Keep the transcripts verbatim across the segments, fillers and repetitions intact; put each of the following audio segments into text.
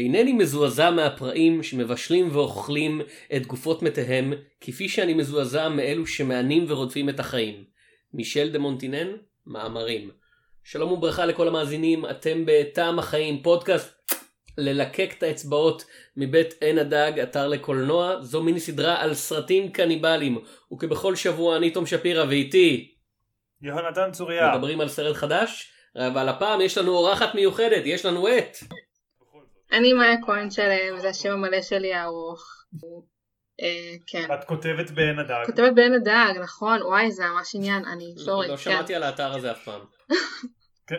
אינני מזועזע מהפראים שמבשלים ואוכלים את גופות מתיהם, כפי שאני מזועזע מאלו שמענים ורודפים את החיים. מישל דה מונטינן, מאמרים. שלום וברכה לכל המאזינים, אתם בטעם החיים, פודקאסט ללקק את האצבעות מבית עין הדג, אתר לקולנוע. זו מיני סדרה על סרטים קניבלים, וכבכל שבוע אני תום שפירא ואיתי יהונתן צוריה. מדברים על סרט חדש, אבל הפעם יש לנו אורחת מיוחדת, יש לנו את אני מאיה כהן שלם, זה השם המלא שלי הארוך. כן. את כותבת בעין הדג. כותבת בעין הדג, נכון, וואי זה ממש עניין, אני סורי. לא שמעתי על האתר הזה אף פעם. כן.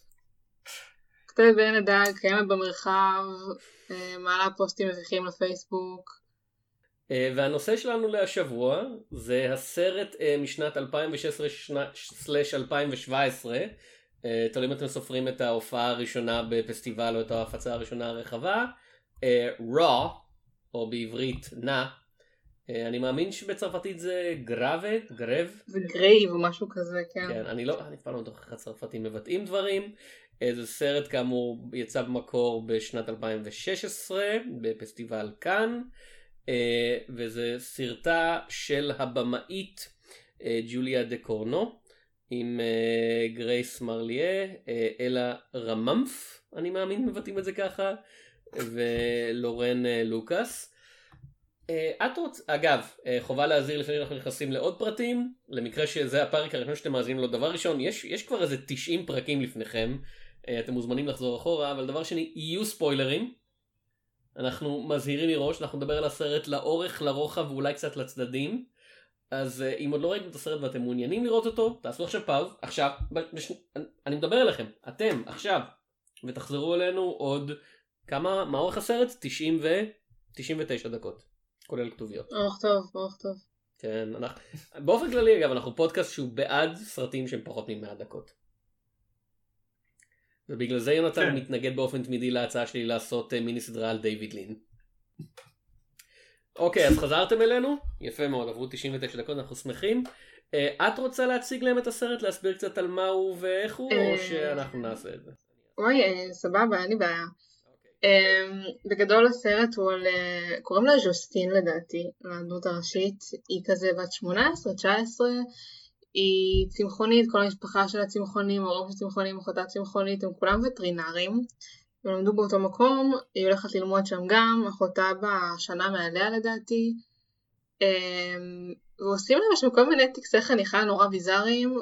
כותבת בעין הדג, קיימת במרחב, מעלה פוסטים מביכים לפייסבוק. והנושא שלנו להשבוע זה הסרט משנת אלפיים ושש עשרה אלפיים ושבע עשרה, תלוי אם אתם סופרים את ההופעה הראשונה בפסטיבל או את ההפצה הראשונה הרחבה, Raw, או בעברית נע. אני מאמין שבצרפתית זה גרווה, גרב. זה גרייב או משהו כזה, כן. כן, אני לא, אני פעם לא בטוח איך הצרפתים מבטאים דברים. זה סרט כאמור יצא במקור בשנת אלפיים ושש עשרה בפסטיבל קאן, וזה סרטה של הבמאית ג'וליה דה קורנו, עם uh, גרייס מרליה, uh, אלה רממף, אני מאמין מבטאים את זה ככה, ולורן uh, לוקאס. Uh, את רוצ... אגב, uh, חובה להזהיר לפני שאנחנו נכנסים לעוד פרטים, למקרה שזה הפרק הראשון שאתם מאזינים לו. דבר ראשון, יש, יש כבר איזה תשעים פרקים לפניכם, uh, אתם מוזמנים לחזור אחורה, אבל דבר שני, יהיו ספוילרים. אנחנו מזהירים מראש, אנחנו נדבר על הסרט לאורך, לרוחב ואולי קצת לצדדים. אז uh, אם עוד לא ראיתם את הסרט ואתם מעוניינים לראות אותו, תעשו עכשיו פאוז, עכשיו, בש... אני מדבר אליכם, אתם, עכשיו, ותחזרו אלינו עוד כמה, מה אורך הסרט? תשעים ו... תשעים ותשע דקות, כולל כתוביות. אורך טוב, אורך טוב. כן, אנחנו... באופן כללי אגב, אנחנו פודקאסט שהוא בעד סרטים שהם פחות מ-מאה דקות. ובגלל זה יונתן כן. מתנגד באופן תמידי להצעה שלי לעשות uh, מיני סדרה על דיוויד לין. אוקיי, אז חזרתם אלינו? יפה מאוד, עברו תשעים ותשע דקות, אנחנו שמחים. את רוצה להציג להם את הסרט, להסביר קצת על מה הוא ואיך הוא, או שאנחנו נעשה את זה? אוי, סבבה, אין לי בעיה. בגדול הסרט הוא על, קוראים לה ז'וסטין לדעתי, לדמות הראשית, היא כזה בת שמונה עשרה תשע עשרה, היא צמחונית, כל המשפחה של הצמחונים, הרוב של צמחונים, אחותה צמחונית, הם כולם וטרינרים, הם למדו באותו מקום, היא הולכת ללמוד שם גם, אחותה בשנה מעליה לדעתי, ועושים להם שם כל מיני טקסי חניכה נורא ביזאריים,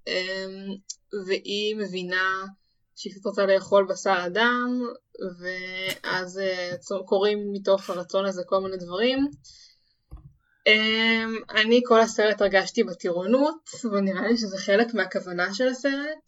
והיא מבינה שהיא רוצה לאכול בשר אדם, ואז קוראים מתוך הרצון הזה כל מיני דברים. אני כל הסרט הרגשתי בטירונות, ונראה לי שזה חלק מהכוונה של הסרט.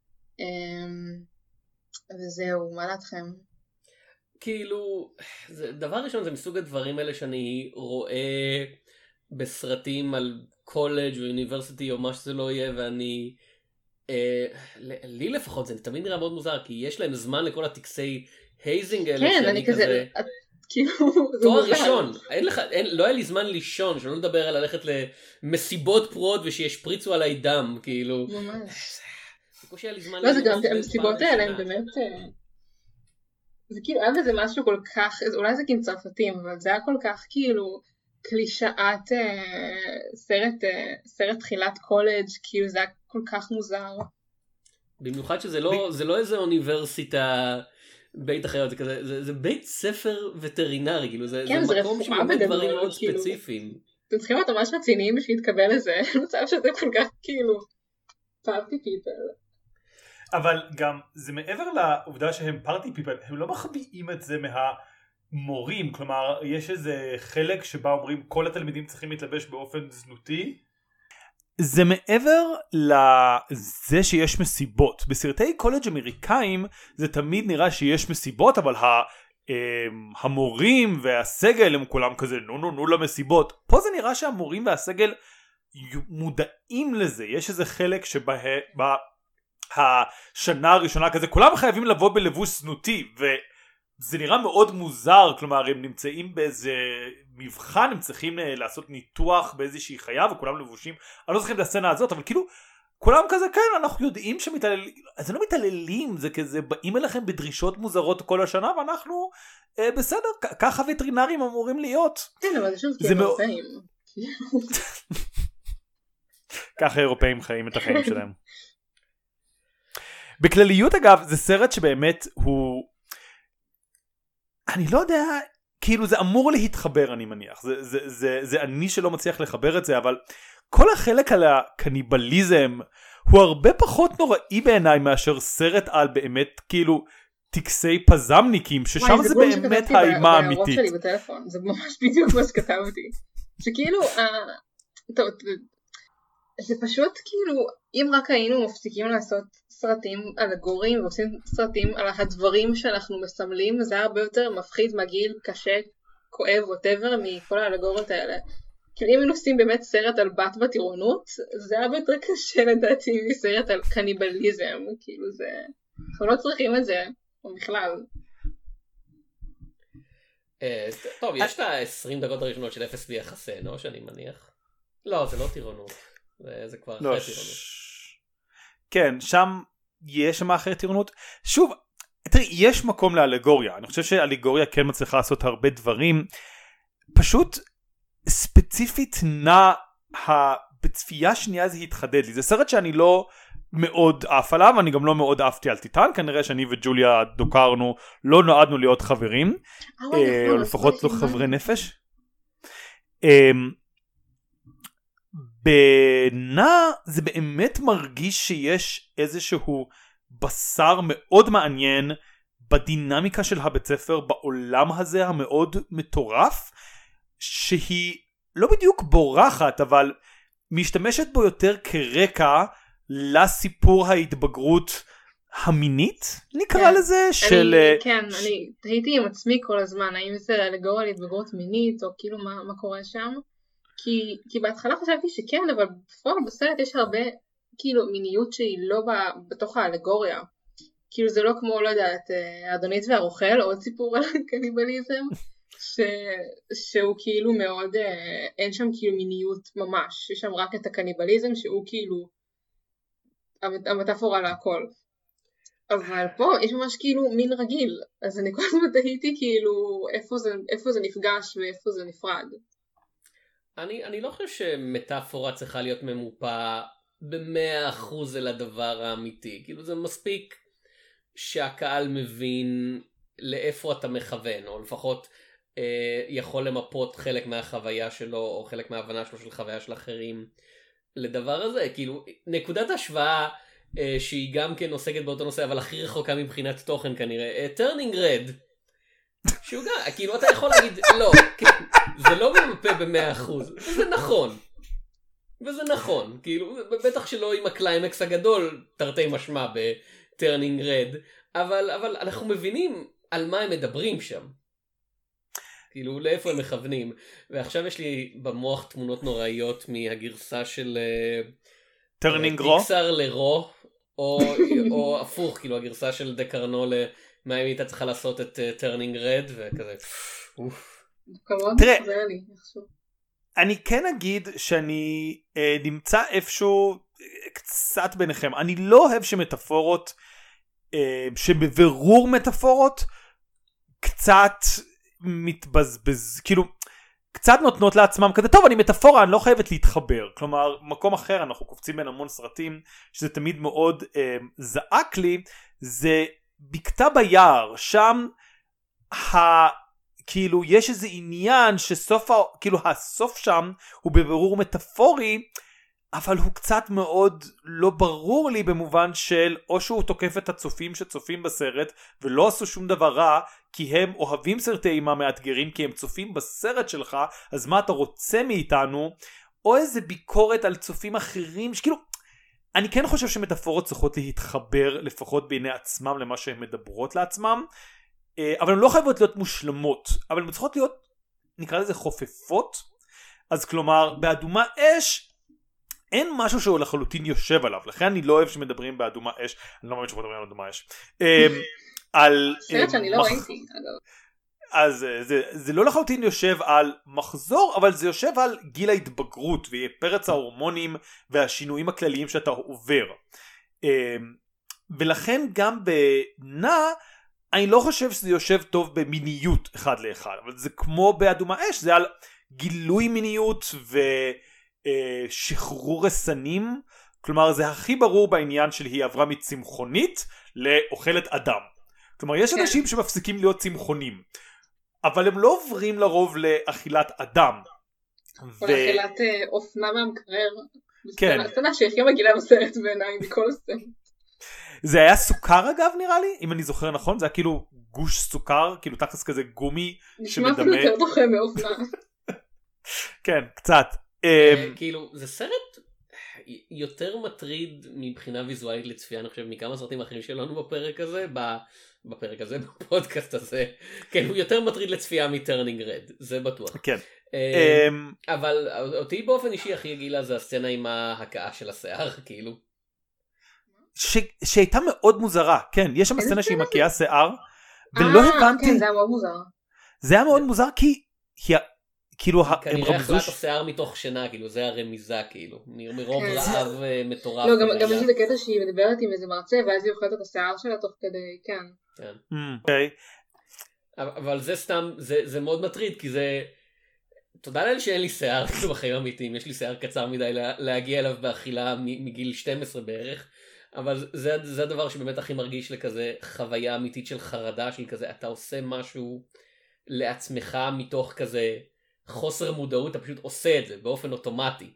וזהו, מה דעתכם? כאילו, זה, דבר ראשון זה מסוג הדברים האלה שאני רואה בסרטים על קולג' או יוניברסיטי או מה שזה לא יהיה, ואני, אה, לי לפחות זה תמיד נראה מאוד מוזר, כי יש להם זמן לכל הטקסי הייזינג האלה, כן, אני כזה, כזה את, כאילו, תואר ראשון, אין לך, אין, לא היה לי זמן לישון, שלא לדבר על ללכת למסיבות פרועות ושישפריצו עליי דם, כאילו. ממש. לא, זה גם, המסיבות האלה הם באמת, זה כאילו, היה בזה משהו כל כך, אולי זה כאילו צרפתים, אבל זה היה כל כך כאילו קלישאת סרט, סרט תחילת קולג', כאילו זה היה כל כך מוזר. במיוחד שזה לא, זה לא איזה אוניברסיטה, בית החיות, זה כזה, זה, זה בית ספר וטרינרי, כאילו, זה, כן, זה מקום שמלמד דברים מאוד כאילו, ספציפיים. אתם צריכים להיות ממש רציניים בשביל להתקבל לזה, מצב שזה כל כך כאילו, פארטי פיפל. אבל גם זה מעבר לעובדה שהם פארטי פיפל, הם לא מחביאים את זה מהמורים, כלומר יש איזה חלק שבה אומרים כל התלמידים צריכים להתלבש באופן זנותי. זה מעבר לזה שיש מסיבות. בסרטי קולג' אמריקאים זה תמיד נראה שיש מסיבות, אבל המורים והסגל הם כולם כזה נו נו נו למסיבות. פה זה נראה שהמורים והסגל מודעים לזה. יש איזה חלק שבה השנה הראשונה כזה כולם חייבים לבוא בלבוש סנותי, וזה נראה מאוד מוזר. כלומר הם נמצאים באיזה מבחן, הם צריכים לעשות ניתוח באיזושהי חיה וכולם לבושים, אני לא זוכר את הסצנה הזאת, אבל כאילו כולם כזה, כן, אנחנו יודעים שמתעללים, אז זה לא מתעללים, זה כזה, באים אליכם בדרישות מוזרות כל השנה, ואנחנו, אה, בסדר, ככה וטרינרים אמורים להיות. כן, אבל זה שוב כאילו אירופאים. ככה אירופאים חיים את החיים שלהם. בכלליות אגב, זה סרט שבאמת הוא, אני לא יודע, כאילו זה אמור להתחבר אני מניח, זה, זה, זה, זה אני שלא מצליח לחבר את זה, אבל כל החלק על הקניבליזם הוא הרבה פחות נוראי בעיניי מאשר סרט על באמת כאילו טקסי פזמניקים, ששם וואי, זה, זה באמת האימה האמיתית. שלי בטלפון, זה ממש בדיוק מה שכתבתי. שכאילו, uh, טוב, זה פשוט כאילו, אם רק היינו מפסיקים לעשות סרטים אלגוריים ועושים סרטים על הדברים שאנחנו מסמלים, זה הרבה יותר מפחיד, מגעיל, קשה, כואב, whatever, מכל האלגוריות האלה. כאילו אם היינו עושים באמת סרט על בת בטירונות, זה הרבה יותר קשה לדעתי מסרט על קניבליזם, כאילו זה, אנחנו לא צריכים את זה, או בכלל. טוב, יש את ה-עשרים דקות הראשונות של אפס ביחסן, או שאני מניח? לא, זה לא טירונות, זה כבר אחרי טירונות. כן, שם יש שם אחרי טירונות. שוב, תראי, יש מקום לאלגוריה, אני חושב שאלגוריה כן מצליחה לעשות הרבה דברים, פשוט ספציפית נע, בצפייה שנייה זה התחדד לי, זה סרט שאני לא מאוד אף עליו, אני גם לא מאוד אהבתי על טיטן, כנראה שאני וג'וליה דוקרנו, לא נועדנו להיות חברים, או לפחות לא חברי נפש. בנע זה באמת מרגיש שיש איזשהו בשר מאוד מעניין, בדינמיקה של הבית ספר, בעולם הזה המאוד מטורף, שהיא לא בדיוק בורחת, אבל משתמשת בו יותר כרקע לסיפור ההתבגרות המינית, נקרא כן. לזה, אני, של... כן, ש... אני תהיתי עם עצמי כל הזמן, האם זה אלגוריה להתבגרות מינית, או כאילו מה, מה קורה שם, כי, כי בהתחלה חשבתי שכן, אבל בפועל בסרט יש הרבה כאילו מיניות שהיא לא בתוך האלגוריה, כאילו זה לא כמו, לא יודעת, האדונית והרוכל, עוד סיפור על קניבליזם, ש... שהוא כאילו מאוד, אין שם כאילו מיניות ממש, יש שם רק את הקניבליזם שהוא כאילו המטאפורה להכל. אבל פה יש ממש כאילו מין רגיל, אז אני כל הזמן תהיתי כאילו איפה זה, איפה זה נפגש ואיפה זה נפרד. אני, אני לא חושב שמטאפורה צריכה להיות ממופה במאה אחוז אל הדבר האמיתי, כאילו זה מספיק שהקהל מבין לאיפה אתה מכוון, או לפחות אה, יכול למפות חלק מהחוויה שלו, או חלק מההבנה שלו של חוויה של אחרים, לדבר הזה, כאילו נקודת השוואה אה, שהיא גם כן עוסקת באותו נושא, אבל הכי רחוקה מבחינת תוכן כנראה, טרנינג רד, שהוא גם, כאילו אתה יכול להגיד, לא, זה לא ממפה במאה אחוז, וזה נכון, וזה נכון, כאילו, בטח שלא עם הקליימקס הגדול, תרתי משמע בטרנינג רד, אבל, אבל אנחנו מבינים על מה הם מדברים שם. כאילו, לאיפה הם מכוונים. ועכשיו יש לי במוח תמונות נוראיות מהגרסה של טרנינג רו? פיקסאר לרו, או, או הפוך, כאילו, הגרסה של דקרנו למה אם הייתה צריכה לעשות את טרנינג רד, וכזה, אוף. תראה, אני כן אגיד שאני אה, נמצא איפשהו קצת ביניכם. אני לא אוהב שמטאפורות, אה, שבבירור מטאפורות, קצת מתבזבז, כאילו, קצת נותנות לעצמם כזה, טוב, אני מטאפורה, אני לא חייבת להתחבר. כלומר, מקום אחר, אנחנו קופצים בין המון סרטים, שזה תמיד מאוד אה, זעק לי, זה בקתה ביער, שם ה... כאילו יש איזה עניין שסוף, כאילו הסוף שם הוא בבירור מטאפורי, אבל הוא קצת מאוד לא ברור לי במובן של או שהוא תוקף את הצופים שצופים בסרט ולא עשו שום דבר רע כי הם אוהבים סרטי אימה מאתגרים כי הם צופים בסרט שלך, אז מה אתה רוצה מאיתנו, או איזה ביקורת על צופים אחרים שכאילו, אני כן חושב שמטאפורות צריכות להתחבר לפחות בעיני עצמם למה שהן מדברות לעצמם, אבל הן לא חייבות להיות מושלמות, אבל הן צריכות להיות, נקרא לזה חופפות. אז כלומר, באדומה אש אין משהו שהוא לחלוטין יושב עליו, לכן אני לא אוהב שמדברים באדומה אש, אני לא מאמין שמדברים על אדומה אש. על סרט שאני לא ראיתי, אגב. אז זה, זה לא לחלוטין יושב על מחזור, אבל זה יושב על גיל ההתבגרות ופרץ ההורמונים והשינויים הכלליים שאתה עובר. ולכן גם בנע, אני לא חושב שזה יושב טוב במיניות אחד לאחד, אבל זה כמו באדומה אש, זה על גילוי מיניות ושחרור רסנים, כלומר זה הכי ברור בעניין של היא עברה מצמחונית לאוכלת אדם. כלומר יש אנשים שמפסיקים להיות צמחונים, אבל הם לא עוברים לרוב לאכילת אדם. או לאכילת אופנה מהמקרר. כן. הסצנה שהכי מגילה בסרט בעיניי מכל הסצנה. זה היה סוכר אגב נראה לי, אם אני זוכר נכון, זה היה כאילו גוש סוכר, כאילו תכלס כזה גומי שמדמה. נשמע אפילו יותר דוחה מאופנה. כן, קצת. כאילו זה סרט יותר מטריד מבחינה ויזואלית לצפייה, אני חושב, מכמה סרטים אחרים שלנו בפרק הזה, בפרק הזה, בפודקאסט הזה. כן, הוא יותר מטריד לצפייה מטרנינג רד, זה בטוח. כן. אבל אותי באופן אישי הכי הגילה זה הסצנה עם ההקאה של השיער, כאילו. שהייתה מאוד מוזרה, כן, יש שם הסצנה שהיא מקיאה שיער, ולא הבנתי. כן, זה היה מאוד מוזר. זה היה מאוד מוזר כי כאילו כנראה אכלת השיער מתוך שינה, כאילו זה הרמיזה, כאילו מרוב רעב מטורף. לא, גם יש איזה קטע שהיא מדברת עם איזה מרצה ואז היא אוכלת את השיער שלה תוך כדי, כן. אוקיי. אבל זה סתם, זה מאוד מטריד, כי זה, תודה לאל שאין לי שיער בחיים אמיתיים, יש לי שיער קצר מדי להגיע אליו באכילה מגיל שתים עשרה בערך, אבל זה, זה הדבר שבאמת הכי מרגיש לכזה חוויה אמיתית של חרדה, של כזה, אתה עושה משהו לעצמך מתוך כזה חוסר מודעות, אתה פשוט עושה את זה באופן אוטומטי.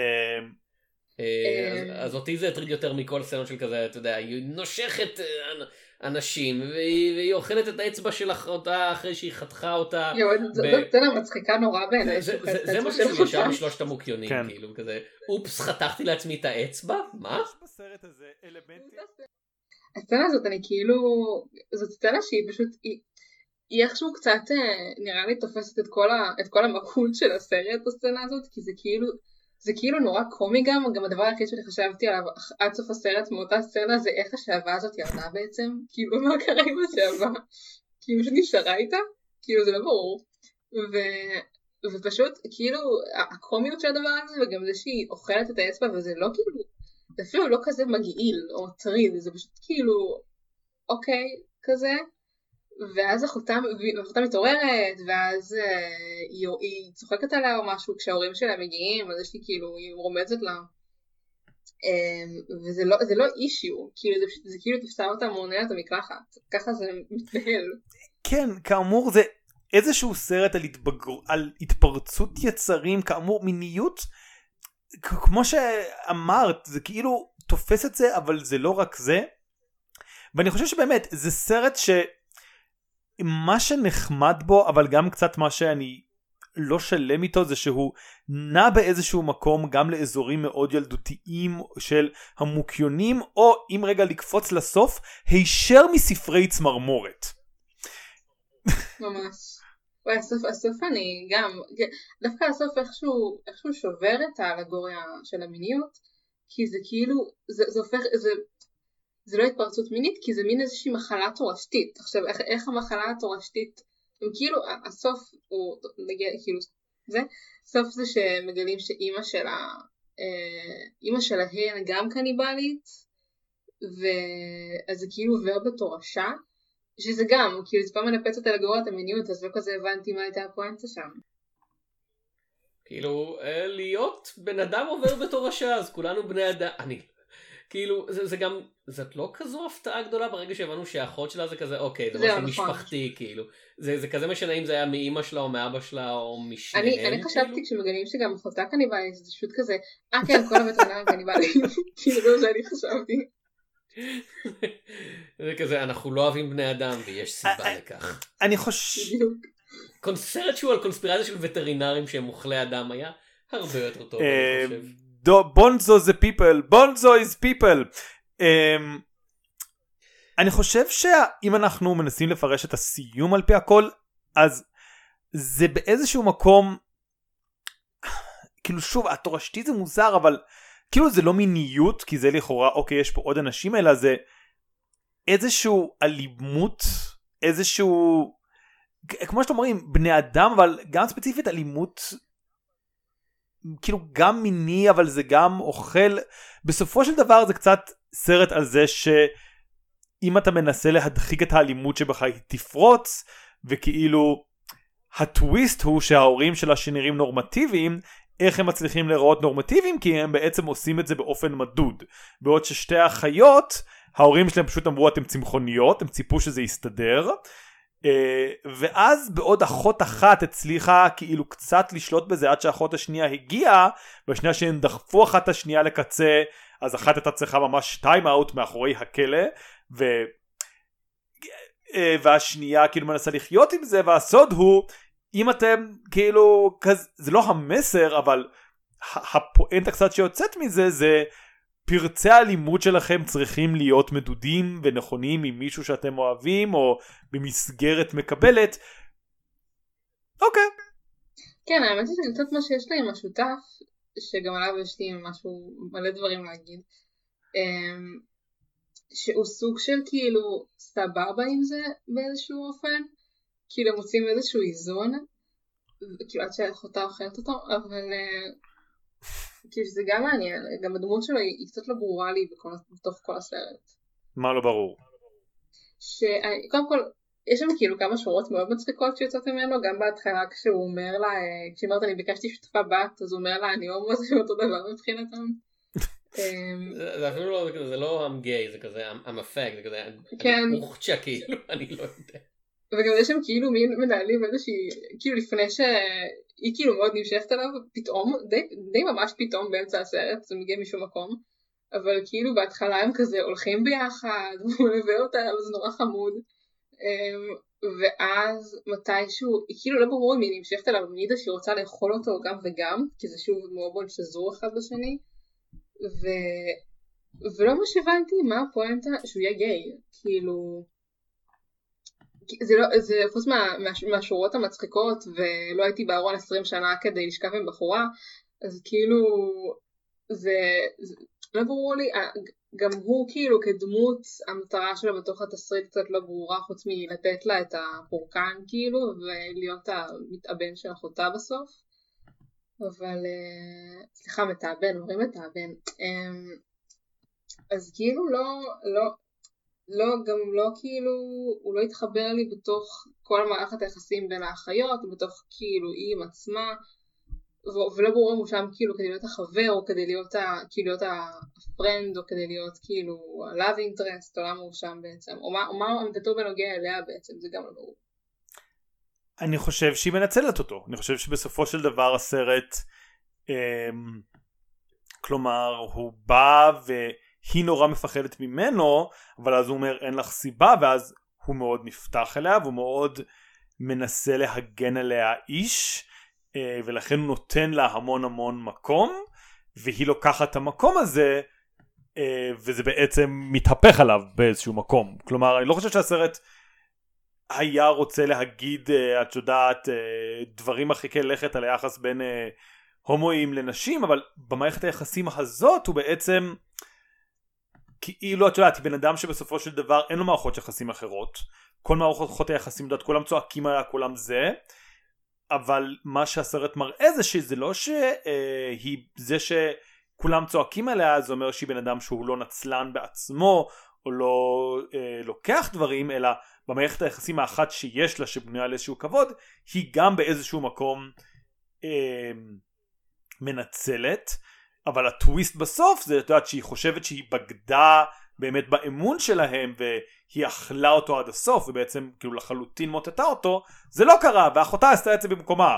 אז אותי זה הטריד יותר מכל סצנות של כזה, אתה יודע, היא נושכת אנשים, והיא אוכלת את האצבע של אותה אחרי שהיא חתכה אותה. זאת סצנה מצחיקה נורא בעיניי. זה משהו שישר משלושת המוקיונים, כאילו, כזה, אופס, חתכתי לעצמי את האצבע? מה? יש בסרט הזה אלמנטים. הסצנה הזאת, אני כאילו, זאת סצנה שהיא פשוט, היא איכשהו קצת, נראה לי, תופסת את כל המהות של הסרט, הסצנה הזאת, כי זה כאילו, זה כאילו נורא קומי גם, גם הדבר היחיד שאני חשבתי עליו עד סוף הסרט מאותה סצנה זה איך השעבה הזאת ירדה בעצם, כאילו מה קרה עם השעבה, כאילו פשוט נשארה איתה, כאילו זה לא ברור, ו... ופשוט כאילו הקומיות של הדבר הזה וגם זה שהיא אוכלת את האצבע וזה לא כאילו, זה אפילו לא כזה מגעיל או מטריד, זה פשוט כאילו אוקיי כזה, ואז אחותה, אחותה מתעוררת, ואז אה, היא, היא צוחקת עליה או משהו כשההורים שלה מגיעים, אז יש לי כאילו, היא רומזת לה, אה, וזה לא, זה לא אישיו, כאילו זה, זה כאילו תפסה אותה מעוננת המקלחת, ככה זה מתנהל. כן, כאמור זה איזשהו סרט על, התבגר, על התפרצות יצרים, כאמור מיניות, כמו שאמרת, זה כאילו תופס את זה, אבל זה לא רק זה, ואני חושב שבאמת זה סרט ש... מה שנחמד בו, אבל גם קצת מה שאני לא שלם איתו, זה שהוא נע באיזשהו מקום גם לאזורים מאוד ילדותיים של המוקיונים, או אם רגע לקפוץ לסוף, הישר מספרי צמרמורת. ממש. וואי, הסוף, הסוף אני גם, דווקא הסוף איכשהו, איכשהו שובר את האלגוריה של המיניות, כי זה כאילו, זה, זה הופך, זה... זה לא התפרצות מינית, כי זה מין איזושהי מחלה תורשתית. עכשיו, איך, איך המחלה התורשתית, הם כאילו, הסוף הוא, נגיע, כאילו, זה, סוף זה שמגלים שאימא שלה, אה, אימא שלהן גם קניבלית, ואז זה כאילו עובר בתורשה, שזה גם, כאילו, זה פעם מנפץ את אלגוריית המיניות, אז לא כזה הבנתי מה הייתה הפואנטה שם. כאילו, להיות בן אדם עובר בתורשה, אז כולנו בני אדם, אני... כאילו, זה, זה גם, זאת לא כזו הפתעה גדולה ברגע שהבנו שהאחות שלה זה כזה, אוקיי, זה משהו משפחתי, כאילו. זה, זה כזה משנה אם זה היה מאמא שלה או מאבא שלה או משניהם. אני, אני חשבתי כשמגלים שגם אחותה קניבלית, זה פשוט כזה, אה כן, כל הווטרינרים קניבליים, כאילו זה מה שאני חשבתי. זה כזה, אנחנו לא אוהבים בני אדם ויש סיבה לכך. אני חושב... סרט שהוא על קונספירציה של וטרינרים שהם אוכלי אדם היה הרבה יותר טוב, אני חושב. בונזו זה people, בונזו is people. um, אני חושב שאם אנחנו מנסים לפרש את הסיום על פי הכל, אז זה באיזשהו מקום, כאילו שוב, התורשתי זה מוזר, אבל כאילו זה לא מיניות, כי זה לכאורה, אוקיי, יש פה עוד אנשים, אלא זה איזשהו אלימות, איזשהו כמו שאתם אומרים, בני אדם, אבל גם ספציפית אלימות, כאילו גם מיני, אבל זה גם אוכל, בסופו של דבר זה קצת סרט על זה שאם אתה מנסה להדחיק את האלימות שבך היא תפרוץ, וכאילו הטוויסט הוא שההורים שלה שנראים נורמטיביים, איך הם מצליחים להיראות נורמטיביים? כי הם בעצם עושים את זה באופן מדוד. בעוד ששתי האחיות, ההורים שלהם פשוט אמרו אתם צמחוניות, הם ציפו שזה יסתדר, ואז בעוד אחות אחת הצליחה כאילו קצת לשלוט בזה עד שהאחות השנייה הגיעה, בשנייה שהן דחפו אחת השנייה לקצה, אז אחת הייתה צריכה ממש טיים אאוט מאחורי הכלא, ו... והשנייה כאילו מנסה לחיות עם זה, והסוד הוא, אם אתם כאילו, כזה, זה לא המסר, אבל הפואנטה קצת שיוצאת מזה, זה פרצי האלימות שלכם צריכים להיות מדודים ונכונים עם מישהו שאתם אוהבים, או במסגרת מקבלת. אוקיי. כן, האמת היא שזה קצת מה שיש לי עם השותף, שגם עליו יש לי משהו, מלא דברים להגיד, שהוא סוג של כאילו סבבה עם זה באיזשהו אופן, כאילו מוצאים איזשהו איזון, כאילו עד שאחותה אוכלת אותו, אבל כאילו שזה גם מעניין, גם הדמות שלו היא קצת לא ברורה לי בכל, בתוך כל הסרט. מה לא ברור? שקודם כל, יש שם כאילו כמה שורות מאוד מצחיקות שיוצאות ממנו, גם בהתחלה כשהוא אומר לה, כשהיא אומרת אני ביקשתי שותפה בת, אז הוא אומר לה אני הומו, זה אותו דבר מבחינתם. זה אפילו לא, זה לא עם גיי, זה כזה עם אפק, זה כזה מוחצ'ה כאילו, אני לא יודע. וגם יש שם כאילו מין מנהלים איזושהי, כאילו לפני שהיא כאילו מאוד נמשכת עליו, פתאום, די, די ממש פתאום באמצע הסרט, זה מגיע משום מקום, אבל כאילו בהתחלה הם כזה הולכים ביחד, והוא מלווה אותה, וזה נורא חמוד, ואז מתישהו, היא כאילו לא ברור אם היא נמשכת עליו, מידה שהיא רוצה לאכול אותו גם וגם, כי זה שוב מאוד מאוד שזור אחד בשני, ו... ולא ממש הבנתי מה הפואנטה שהוא יהיה גיי, כאילו... זה לא, זה חוץ מה, מה, מהשורות המצחיקות, ולא הייתי בארון עשרים שנה כדי לשכב עם בחורה, אז כאילו, זה, זה לא ברור לי, גם הוא כאילו כדמות, המטרה שלו בתוך התסריט קצת לא ברורה, חוץ מלתת לה את הפורקן כאילו, ולהיות המתאבן של אחותה בסוף, אבל, סליחה, מתאבן, אומרים מתאבן, אז כאילו לא, לא, לא, גם לא כאילו, הוא לא התחבר לי בתוך כל מערכת היחסים בין האחיות, בתוך כאילו היא עם עצמה, ו- ולא ברור אם הוא שם כאילו כדי להיות החבר, או כדי להיות, ה- כאילו להיות הפרנד, או כדי להיות כאילו ה-love interest, או למה הוא שם בעצם, או מה, או מה עמדתו בנוגע אליה בעצם, זה גם לא ברור. אני חושב שהיא מנצלת אותו, אני חושב שבסופו של דבר הסרט, אמ, כלומר, הוא בא ו... היא נורא מפחדת ממנו, אבל אז הוא אומר אין לך סיבה, ואז הוא מאוד נפתח אליה, והוא מאוד מנסה להגן עליה איש, ולכן הוא נותן לה המון המון מקום, והיא לוקחת את המקום הזה, וזה בעצם מתהפך עליו באיזשהו מקום. כלומר, אני לא חושב שהסרט היה רוצה להגיד, את יודעת, דברים הכי לכת על היחס בין הומואים לנשים, אבל במערכת היחסים הזאת הוא בעצם... כאילו את יודעת, היא בן אדם שבסופו של דבר אין לו מערכות יחסים אחרות, כל מערכות היחסים יודעת, כולם צועקים עליה, כולם זה, אבל מה שהסרט מראה זה שזה לא שהיא, זה שכולם צועקים עליה זה אומר שהיא בן אדם שהוא לא נצלן בעצמו או לא אה, לוקח דברים, אלא במערכת היחסים האחת שיש לה שבנויה על איזשהו כבוד, היא גם באיזשהו מקום אה, מנצלת. אבל הטוויסט בסוף זה, את יודעת, שהיא חושבת שהיא בגדה באמת באמון שלהם, והיא אכלה אותו עד הסוף, ובעצם כאילו לחלוטין מוטטה אותו, זה לא קרה, ואחותה עשתה את זה במקומה.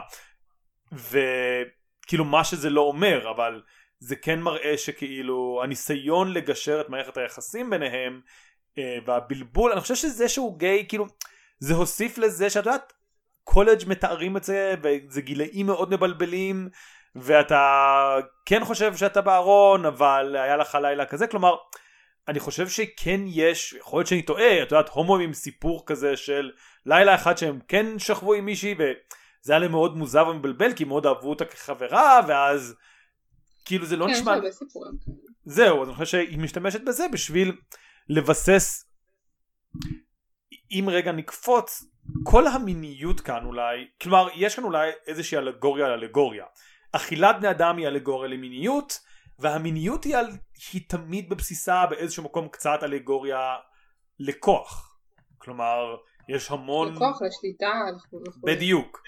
וכאילו מה שזה לא אומר, אבל זה כן מראה שכאילו הניסיון לגשר את מערכת היחסים ביניהם, והבלבול, אני חושב שזה שהוא גיי, כאילו, זה הוסיף לזה שאת יודעת, קולג' מתארים את זה, וזה גילאים מאוד מבלבלים, ואתה כן חושב שאתה בארון, אבל היה לך לילה כזה, כלומר, אני חושב שכן יש, יכול להיות שאני טועה, את יודעת, הומואים עם סיפור כזה של לילה אחד שהם כן שכבו עם מישהי, וזה היה להם מאוד מוזר ומבלבל, כי מאוד אהבו אותה כחברה, ואז כאילו זה לא כן, נשמע... זהו, אז אני חושב שהיא משתמשת בזה בשביל לבסס, אם רגע נקפוץ, כל המיניות כאן אולי, כלומר יש כאן אולי איזושהי אלגוריה על אלגוריה. אכילת בני אדם היא אלגוריה למיניות, והמיניות היא, על, היא תמיד בבסיסה באיזשהו מקום קצת אלגוריה לכוח. כלומר, יש המון... לכוח, לשליטה. בדיוק.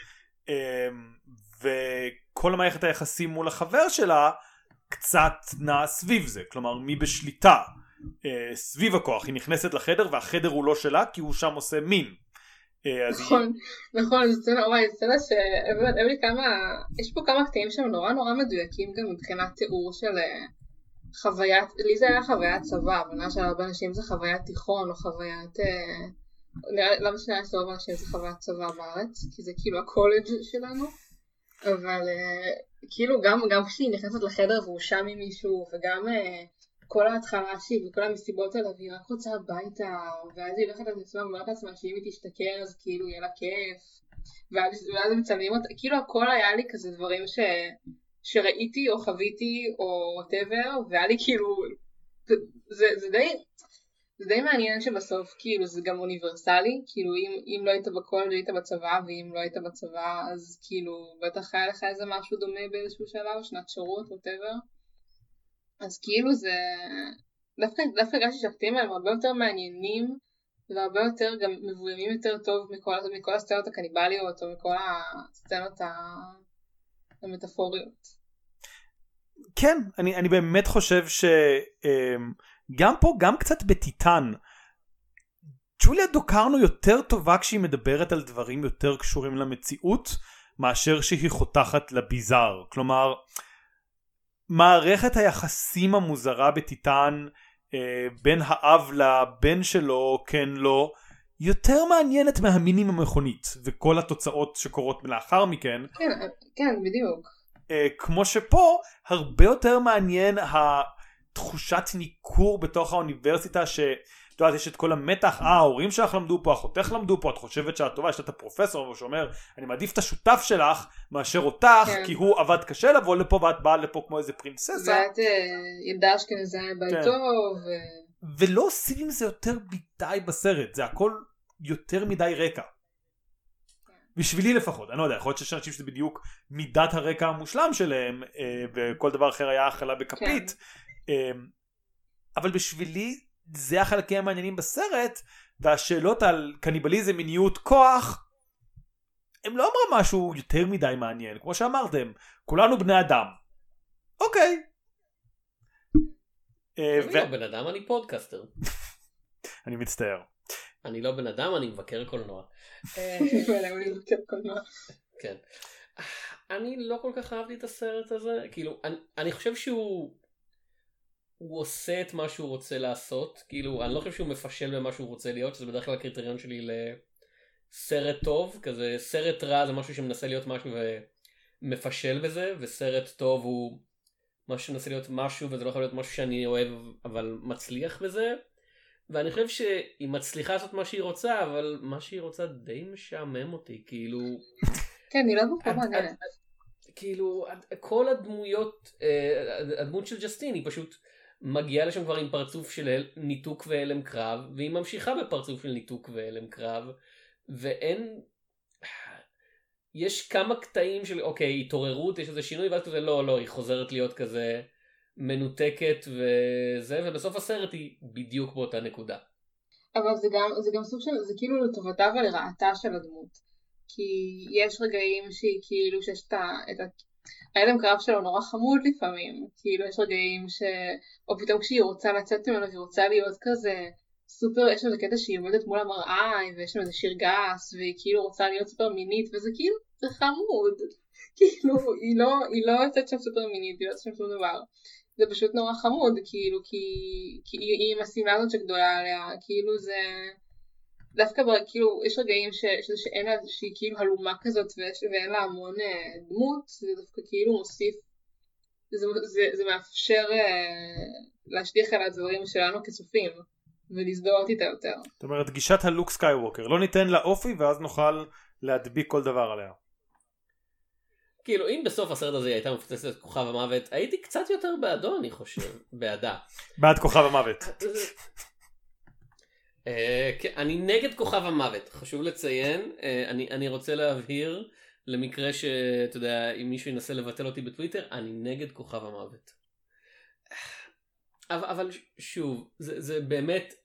וכל המערכת היחסים מול החבר שלה קצת נע סביב זה. כלומר, מי בשליטה סביב הכוח. היא נכנסת לחדר והחדר הוא לא שלה כי הוא שם עושה מין. נכון, נכון, זה סצנה, וואי, זה סצנה שבאמת, אין לי כמה, יש פה כמה קטעים שהם נורא נורא מדויקים גם מבחינת תיאור של חוויית, לי זה היה חוויית צבא, אבל של הרבה אנשים זה חוויית תיכון או חוויית, לא משנה שרוב אנשים זה חוויית צבא בארץ, כי זה כאילו הקולג' שלנו, אבל כאילו גם כשהיא נכנסת לחדר והוא שם עם מישהו, וגם כל ההתחלה שהיא וכל המסיבות עליו, היא רק רוצה הביתה, ואז היא הולכת לעצמה ואומרת לעצמה שאם היא תשתכר אז כאילו יהיה לה כיף, ואז, ואז הם מצלמים אותה, כאילו הכל היה לי כזה דברים ש, שראיתי או חוויתי או whatever, והיה לי כאילו, זה, זה, די, זה די מעניין שבסוף כאילו זה גם אוניברסלי, כאילו אם, אם לא היית בקולג' היית בצבא, ואם לא היית בצבא אז כאילו בטח היה לך איזה משהו דומה באיזשהו שלב, שנת שירות, whatever. אז כאילו זה, דווקא, דווקא הרגשתי שהקטעים האלה הרבה יותר מעניינים, והרבה יותר גם מבוימים יותר טוב מכל, מכל הסצנות הקניבליות, או מכל הסצנות המטאפוריות. כן, אני, אני באמת חושב שגם פה, גם קצת בטיטן, ג'וליה דוקרנו יותר טובה כשהיא מדברת על דברים יותר קשורים למציאות, מאשר שהיא חותכת לביזר. כלומר, מערכת היחסים המוזרה בטיטן אה, בין האב לבן שלו, כן לא, יותר מעניינת מהמינים המכונית וכל התוצאות שקורות לאחר מכן. כן, כן, בדיוק. אה, כמו שפה הרבה יותר מעניין התחושת ניכור בתוך האוניברסיטה ש... את יודעת, יש את כל המתח, אה, ההורים שלך למדו פה, אחותך למדו פה, את חושבת שאת טובה, יש את הפרופסור שאומר, אני מעדיף את השותף שלך מאשר אותך, כן. כי הוא עבד קשה לבוא לפה, ואת באה לפה כמו איזה פרינססה. ואת ילדה אשכנזי ביתו, ו... ולא עושים עם זה יותר מדי בסרט, זה הכל יותר מדי רקע. בשבילי לפחות, אני לא יודע, יכול להיות שיש אנשים שזה בדיוק מידת הרקע המושלם שלהם, וכל דבר אחר היה אכלה בכפית, כן. אבל בשבילי, זה החלקים המעניינים בסרט, והשאלות על קניבליזם, מיניות, כוח, הם לא אמרו משהו יותר מדי מעניין. כמו שאמרתם, כולנו בני אדם. אוקיי. אני לא בן אדם, אני פודקאסטר. אני מצטער. אני לא בן אדם, אני מבקר קולנוע. אני מבקר קולנוע. כן. אני לא כל כך אהבתי את הסרט הזה. כאילו, אני חושב שהוא... הוא עושה את מה שהוא רוצה לעשות, כאילו אני לא חושב שהוא מפשל במה שהוא רוצה להיות, שזה בדרך כלל הקריטריון שלי לסרט טוב, כזה סרט רע זה משהו שמנסה להיות משהו ומפשל בזה, וסרט טוב הוא משהו שמנסה להיות משהו וזה לא יכול להיות משהו שאני אוהב אבל מצליח בזה, ואני חושב שהיא מצליחה לעשות מה שהיא רוצה, אבל מה שהיא רוצה די משעמם אותי, כאילו... כן, היא לא בכל מעניינת. כאילו, כל הדמויות, הדמות של ג'סטין היא פשוט... מגיעה לשם כבר עם פרצוף של ניתוק ואלם קרב, והיא ממשיכה בפרצוף של ניתוק ואלם קרב, ואין... יש כמה קטעים של, אוקיי, התעוררות, יש איזה שינוי, ואז כזה, לא, לא, היא חוזרת להיות כזה מנותקת וזה, ובסוף הסרט היא בדיוק באותה נקודה. אבל זה גם, זה גם סוג של, זה כאילו לטובתה ולרעתה של הדמות. כי יש רגעים שהיא כאילו שיש את ה... האלם קרב שלו נורא חמוד לפעמים, כאילו יש רגעים ש... או פתאום כשהיא רוצה לצאת ממנו והיא רוצה להיות כזה סופר, יש איזה קטע שהיא עומדת מול המראה ויש שם איזה שיר גס והיא כאילו רוצה להיות סופר מינית וזה כאילו, זה חמוד, כאילו היא לא, היא לא יוצאת שם סופר מינית, היא לא יוצאת שם שום דבר, זה פשוט נורא חמוד, כאילו, כי, כי היא, היא עם הסימה הזאת שגדולה עליה, כאילו זה... דווקא כאילו יש רגעים ש, ש, שאין לה שהיא כאילו הלומה כזאת וש, ואין לה המון אה, דמות, זה דווקא כאילו מוסיף, זה, זה, זה מאפשר אה, להשליך על הדברים שלנו כצופים ולזדהות איתה יותר. זאת אומרת גישת הלוק סקייווקר, לא ניתן לה אופי ואז נוכל להדביק כל דבר עליה. כאילו אם בסוף הסרט הזה הייתה מפוצצת את כוכב המוות, הייתי קצת יותר בעדו אני חושב, בעדה. בעד כוכב המוות. אני נגד כוכב המוות, חשוב לציין, אני רוצה להבהיר למקרה שאתה יודע, אם מישהו ינסה לבטל אותי בטוויטר, אני נגד כוכב המוות. אבל שוב, זה באמת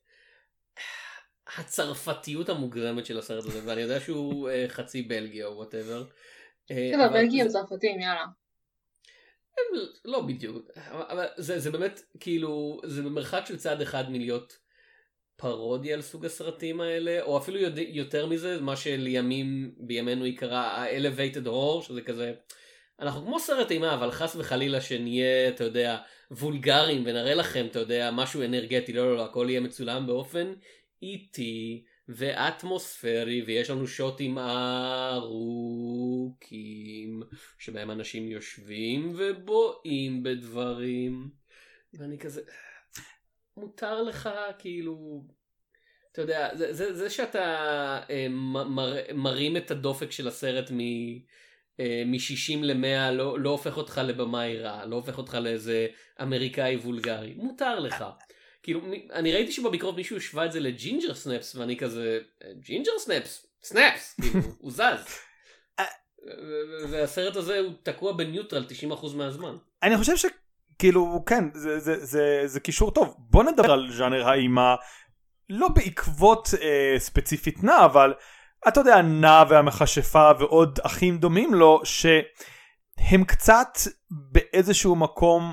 הצרפתיות המוגזמת של הסרט הזה, ואני יודע שהוא חצי בלגיה או whatever. כן, בלגיה הם צרפתים, יאללה. לא בדיוק, אבל זה, זה באמת כאילו, זה במרחק של צעד אחד מלהיות פרודיה על סוג הסרטים האלה, או אפילו יותר מזה, מה שלימים בימינו יקרא ה-Elevated Horror, שזה כזה, אנחנו כמו סרט אימה, אבל חס וחלילה שנהיה, אתה יודע, וולגרים, ונראה לכם, אתה יודע, משהו אנרגטי, לא, לא, לא, הכל יהיה מצולם באופן איטי ואטמוספרי, ויש לנו שוטים ארוכים שבהם אנשים יושבים ובואים בדברים, ואני כזה, מותר לך כאילו, אתה יודע, זה, זה, זה שאתה אה, מר, מרים את הדופק של הסרט מ, אה, מ-שישים ל-מאה לא, לא הופך אותך לבמאי רע, לא הופך אותך לאיזה אמריקאי וולגרי, מותר לך. כאילו, אני ראיתי שבביקורת מישהו השווה את זה לג'ינג'ר סנאפס, ואני כזה, ג'ינג'ר סנאפס? סנאפס! כאילו, הוא זז. והסרט הזה הוא תקוע בניוטרל תשעים אחוז מהזמן. אני חושב שכאילו, כן, זה, זה, זה, זה קישור טוב. בוא נדבר על ז'אנר האימה, לא בעקבות אה, ספציפית נע, אבל אתה יודע, נע והמכשפה ועוד אחים דומים לו, שהם קצת באיזשהו מקום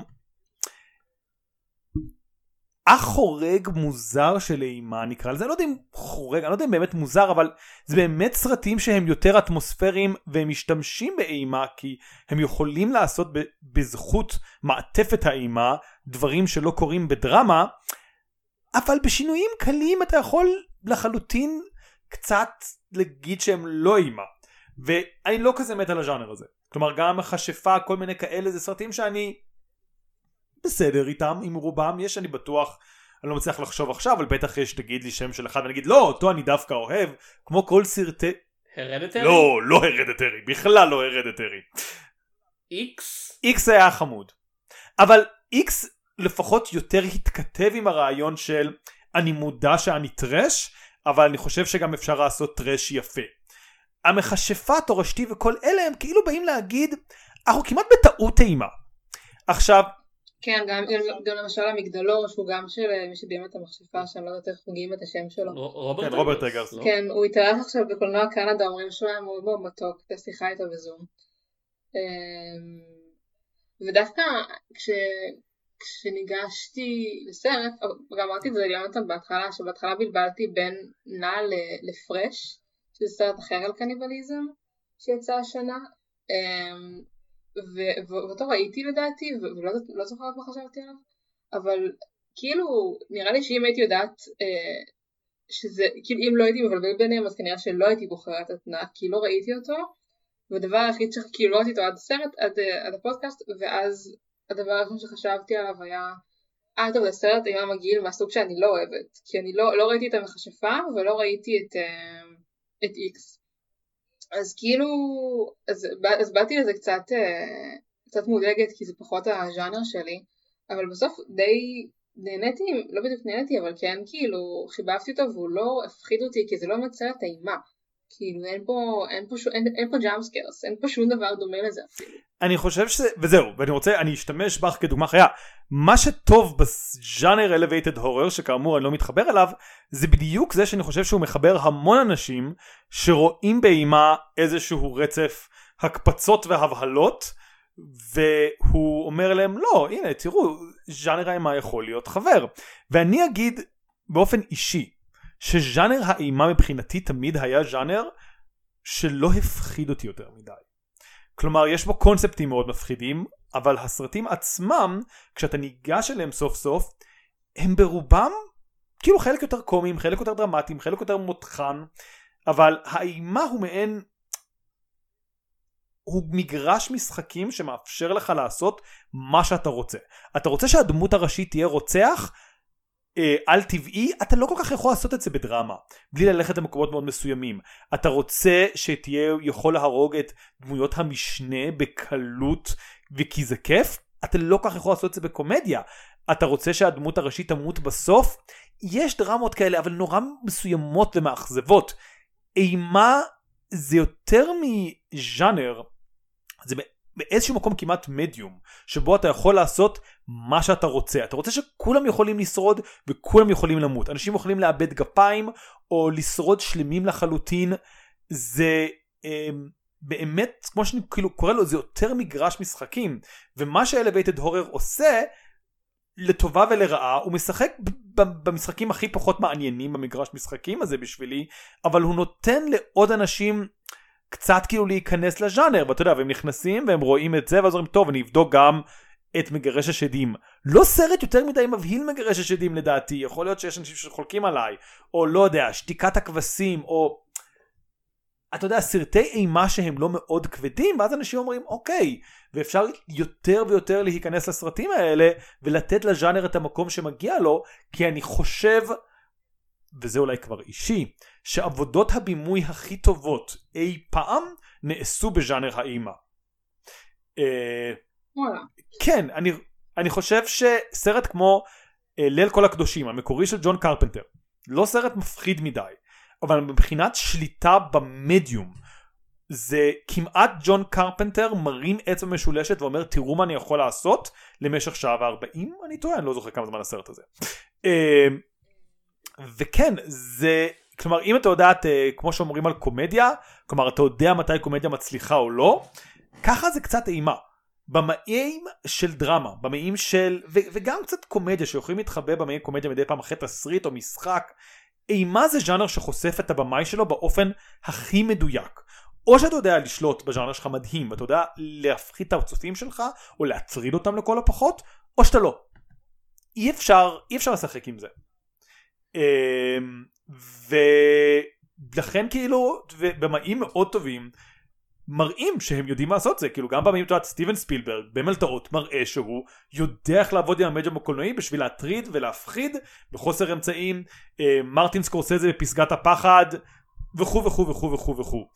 אח חורג מוזר של אימה נקרא לזה, אני לא יודע אם חורג, אני לא יודע אם באמת מוזר, אבל זה באמת סרטים שהם יותר אטמוספריים והם משתמשים באימה כי הם יכולים לעשות בזכות מעטפת האימה דברים שלא קורים בדרמה, אבל בשינויים קלים אתה יכול לחלוטין קצת להגיד שהם לא אימה, ואני לא כזה מת על הז'אנר הזה. כלומר גם החשפה, כל מיני כאלה, זה סרטים שאני בסדר איתם, עם רובם יש, אני בטוח, אני לא מצליח לחשוב עכשיו, אבל בטח יש תגיד לי שם של אחד ואני אגיד לא, אותו אני דווקא אוהב, כמו כל סרטי הרדטרי? לא, לא הרדטרי, בכלל לא הרדטרי. איקס? איקס היה חמוד, אבל איקס לפחות יותר התכתב עם הרעיון של אני מודע שאני טרש, אבל אני חושב שגם אפשר לעשות טרש יפה. המכשפה, תורשתי וכל אלה הם כאילו באים להגיד אנחנו כמעט בטעות אימה. עכשיו כן, גם, גם למשל המגדלור שהוא גם של מי שביים את המכשפה שאני לא יודעת איך חוגים את השם שלו. רוברט, כן, רוברט אגרס. לא? כן, הוא התארח עכשיו בקולנוע קנדה, אומרים שהוא היה מאוד מאוד מתוק, בשיחה איתו בזום. ודווקא כש, כשניגשתי לסרט, גם אמרתי את זה ליונתן בהתחלה, שבהתחלה בלבלתי בין נע לפרש, שזה סרט אחר על קניבליזם שיצא השנה, ואותו ראיתי לדעתי, ולא זוכרת מה חשבתי עליו, אבל כאילו נראה לי שאם הייתי יודעת שזה, כאילו אם לא הייתי מבלבל ביניהם, אז כנראה שלא הייתי בוחרת את נע, כי לא ראיתי אותו, והדבר היחיד שכאילו לא ראיתי אותו עד הסרט, עד, עד הפודקאסט, ואז הדבר הראשון שחשבתי עליו היה, אה טוב, זה סרט אימה מגעיל מהסוג שאני לא אוהבת, כי אני לא, לא ראיתי את המכשפה, ולא ראיתי את, את איקס. אז כאילו, אז, אז באתי לזה קצת, קצת מודאגת, כי זה פחות הז'אנר שלי, אבל בסוף די נהניתי, לא בדיוק נהניתי, אבל כן כאילו חיבבתי אותו, והוא לא הפחיד אותי, כי זה לא מצלת האימה. כאילו אין פה, אין פה, אין, אין פה ג'אמפסקרס, אין פה שום דבר דומה לזה אפילו. אני חושב שזה, וזהו, ואני רוצה, אני אשתמש בך כדוגמה חיה. מה שטוב בז'אנר Elevated Horror, שכאמור אני לא מתחבר אליו, זה בדיוק זה שאני חושב שהוא מחבר המון אנשים שרואים באימה איזשהו רצף הקפצות והבהלות, והוא אומר להם, לא, הנה, תראו, ז'אנר האימה יכול להיות חבר. ואני אגיד באופן אישי, שז'אנר האימה מבחינתי תמיד היה ז'אנר שלא הפחיד אותי יותר מדי. כלומר, יש בו קונספטים מאוד מפחידים, אבל הסרטים עצמם, כשאתה ניגש אליהם סוף סוף, הם ברובם כאילו חלק יותר קומיים, חלק יותר דרמטיים, חלק יותר מותחן, אבל האימה הוא מעין, הוא מגרש משחקים שמאפשר לך לעשות מה שאתה רוצה. אתה רוצה שהדמות הראשית תהיה רוצח, על טבעי, אתה לא כל כך יכול לעשות את זה בדרמה, בלי ללכת למקומות מאוד מסוימים. אתה רוצה שתהיה יכול להרוג את דמויות המשנה בקלות וכי זה כיף, אתה לא כל כך יכול לעשות את זה בקומדיה. אתה רוצה שהדמות הראשית תמות בסוף, יש דרמות כאלה, אבל נורא מסוימות ומאכזבות. אימה זה יותר מז'אנר, זה באיזשהו מקום כמעט מדיום, שבו אתה יכול לעשות מה שאתה רוצה. אתה רוצה שכולם יכולים לשרוד וכולם יכולים למות. אנשים יכולים לאבד גפיים או לשרוד שלמים לחלוטין. זה אה, באמת, כמו שאני כאילו קורא לו, זה יותר מגרש משחקים. ומה שאלווייטד הורר עושה, לטובה ולרעה, הוא משחק במשחקים הכי פחות מעניינים במגרש משחקים הזה בשבילי, אבל הוא נותן לעוד אנשים קצת כאילו להיכנס לז'אנר, ואתה יודע, והם נכנסים והם רואים את זה, ואז אומרים, טוב, אני אבדוק גם את מגרש השדים. לא סרט יותר מדי מבהיל מגרש השדים לדעתי, יכול להיות שיש אנשים שחולקים עליי, או לא יודע, שתיקת הכבשים, או אתה יודע, סרטי אימה שהם לא מאוד כבדים, ואז אנשים אומרים, אוקיי, ואפשר יותר ויותר להיכנס לסרטים האלה, ולתת לז'אנר את המקום שמגיע לו, כי אני חושב, וזה אולי כבר אישי, שעבודות הבימוי הכי טובות אי פעם נעשו בז'אנר האימה. כן, אני, אני חושב שסרט כמו ליל כל הקדושים, המקורי של ג'ון קרפנטר, לא סרט מפחיד מדי, אבל מבחינת שליטה במדיום, זה כמעט ג'ון קרפנטר מרים אצבע משולשת ואומר, תראו מה אני יכול לעשות למשך שעה וארבעים, אני טועה, אני לא זוכר כמה זמן הסרט הזה. וכן, זה, כלומר, אם אתה יודעת, כמו שאומרים על קומדיה, כלומר, אתה יודע מתי קומדיה מצליחה או לא, ככה זה קצת אימה. במאים של דרמה, במאים של, ו- וגם קצת קומדיה, שיכולים להתחבא במאים קומדיה מדי פעם אחרי תסריט או משחק, אימה זה ז'אנר שחושף את הבמאי שלו באופן הכי מדויק. או שאתה יודע לשלוט בז'אנר שלך מדהים, ואתה יודע להפחית את הצופים שלך, או להטריד אותם לכל הפחות, או שאתה לא. אי אפשר, אי אפשר לשחק עם זה. ולכן כאילו, במאים מאוד טובים, מראים שהם יודעים לעשות זה, כאילו גם במאים, אתה יודע, סטיבן ספילברג, במלטעות, מראה שהוא יודע איך לעבוד עם המדיום הקולנועי בשביל להטריד ולהפחיד בחוסר אמצעים, מרטין סקורסזה בפסגת הפחד, וכו' וכו' וכו' וכו' וכו'.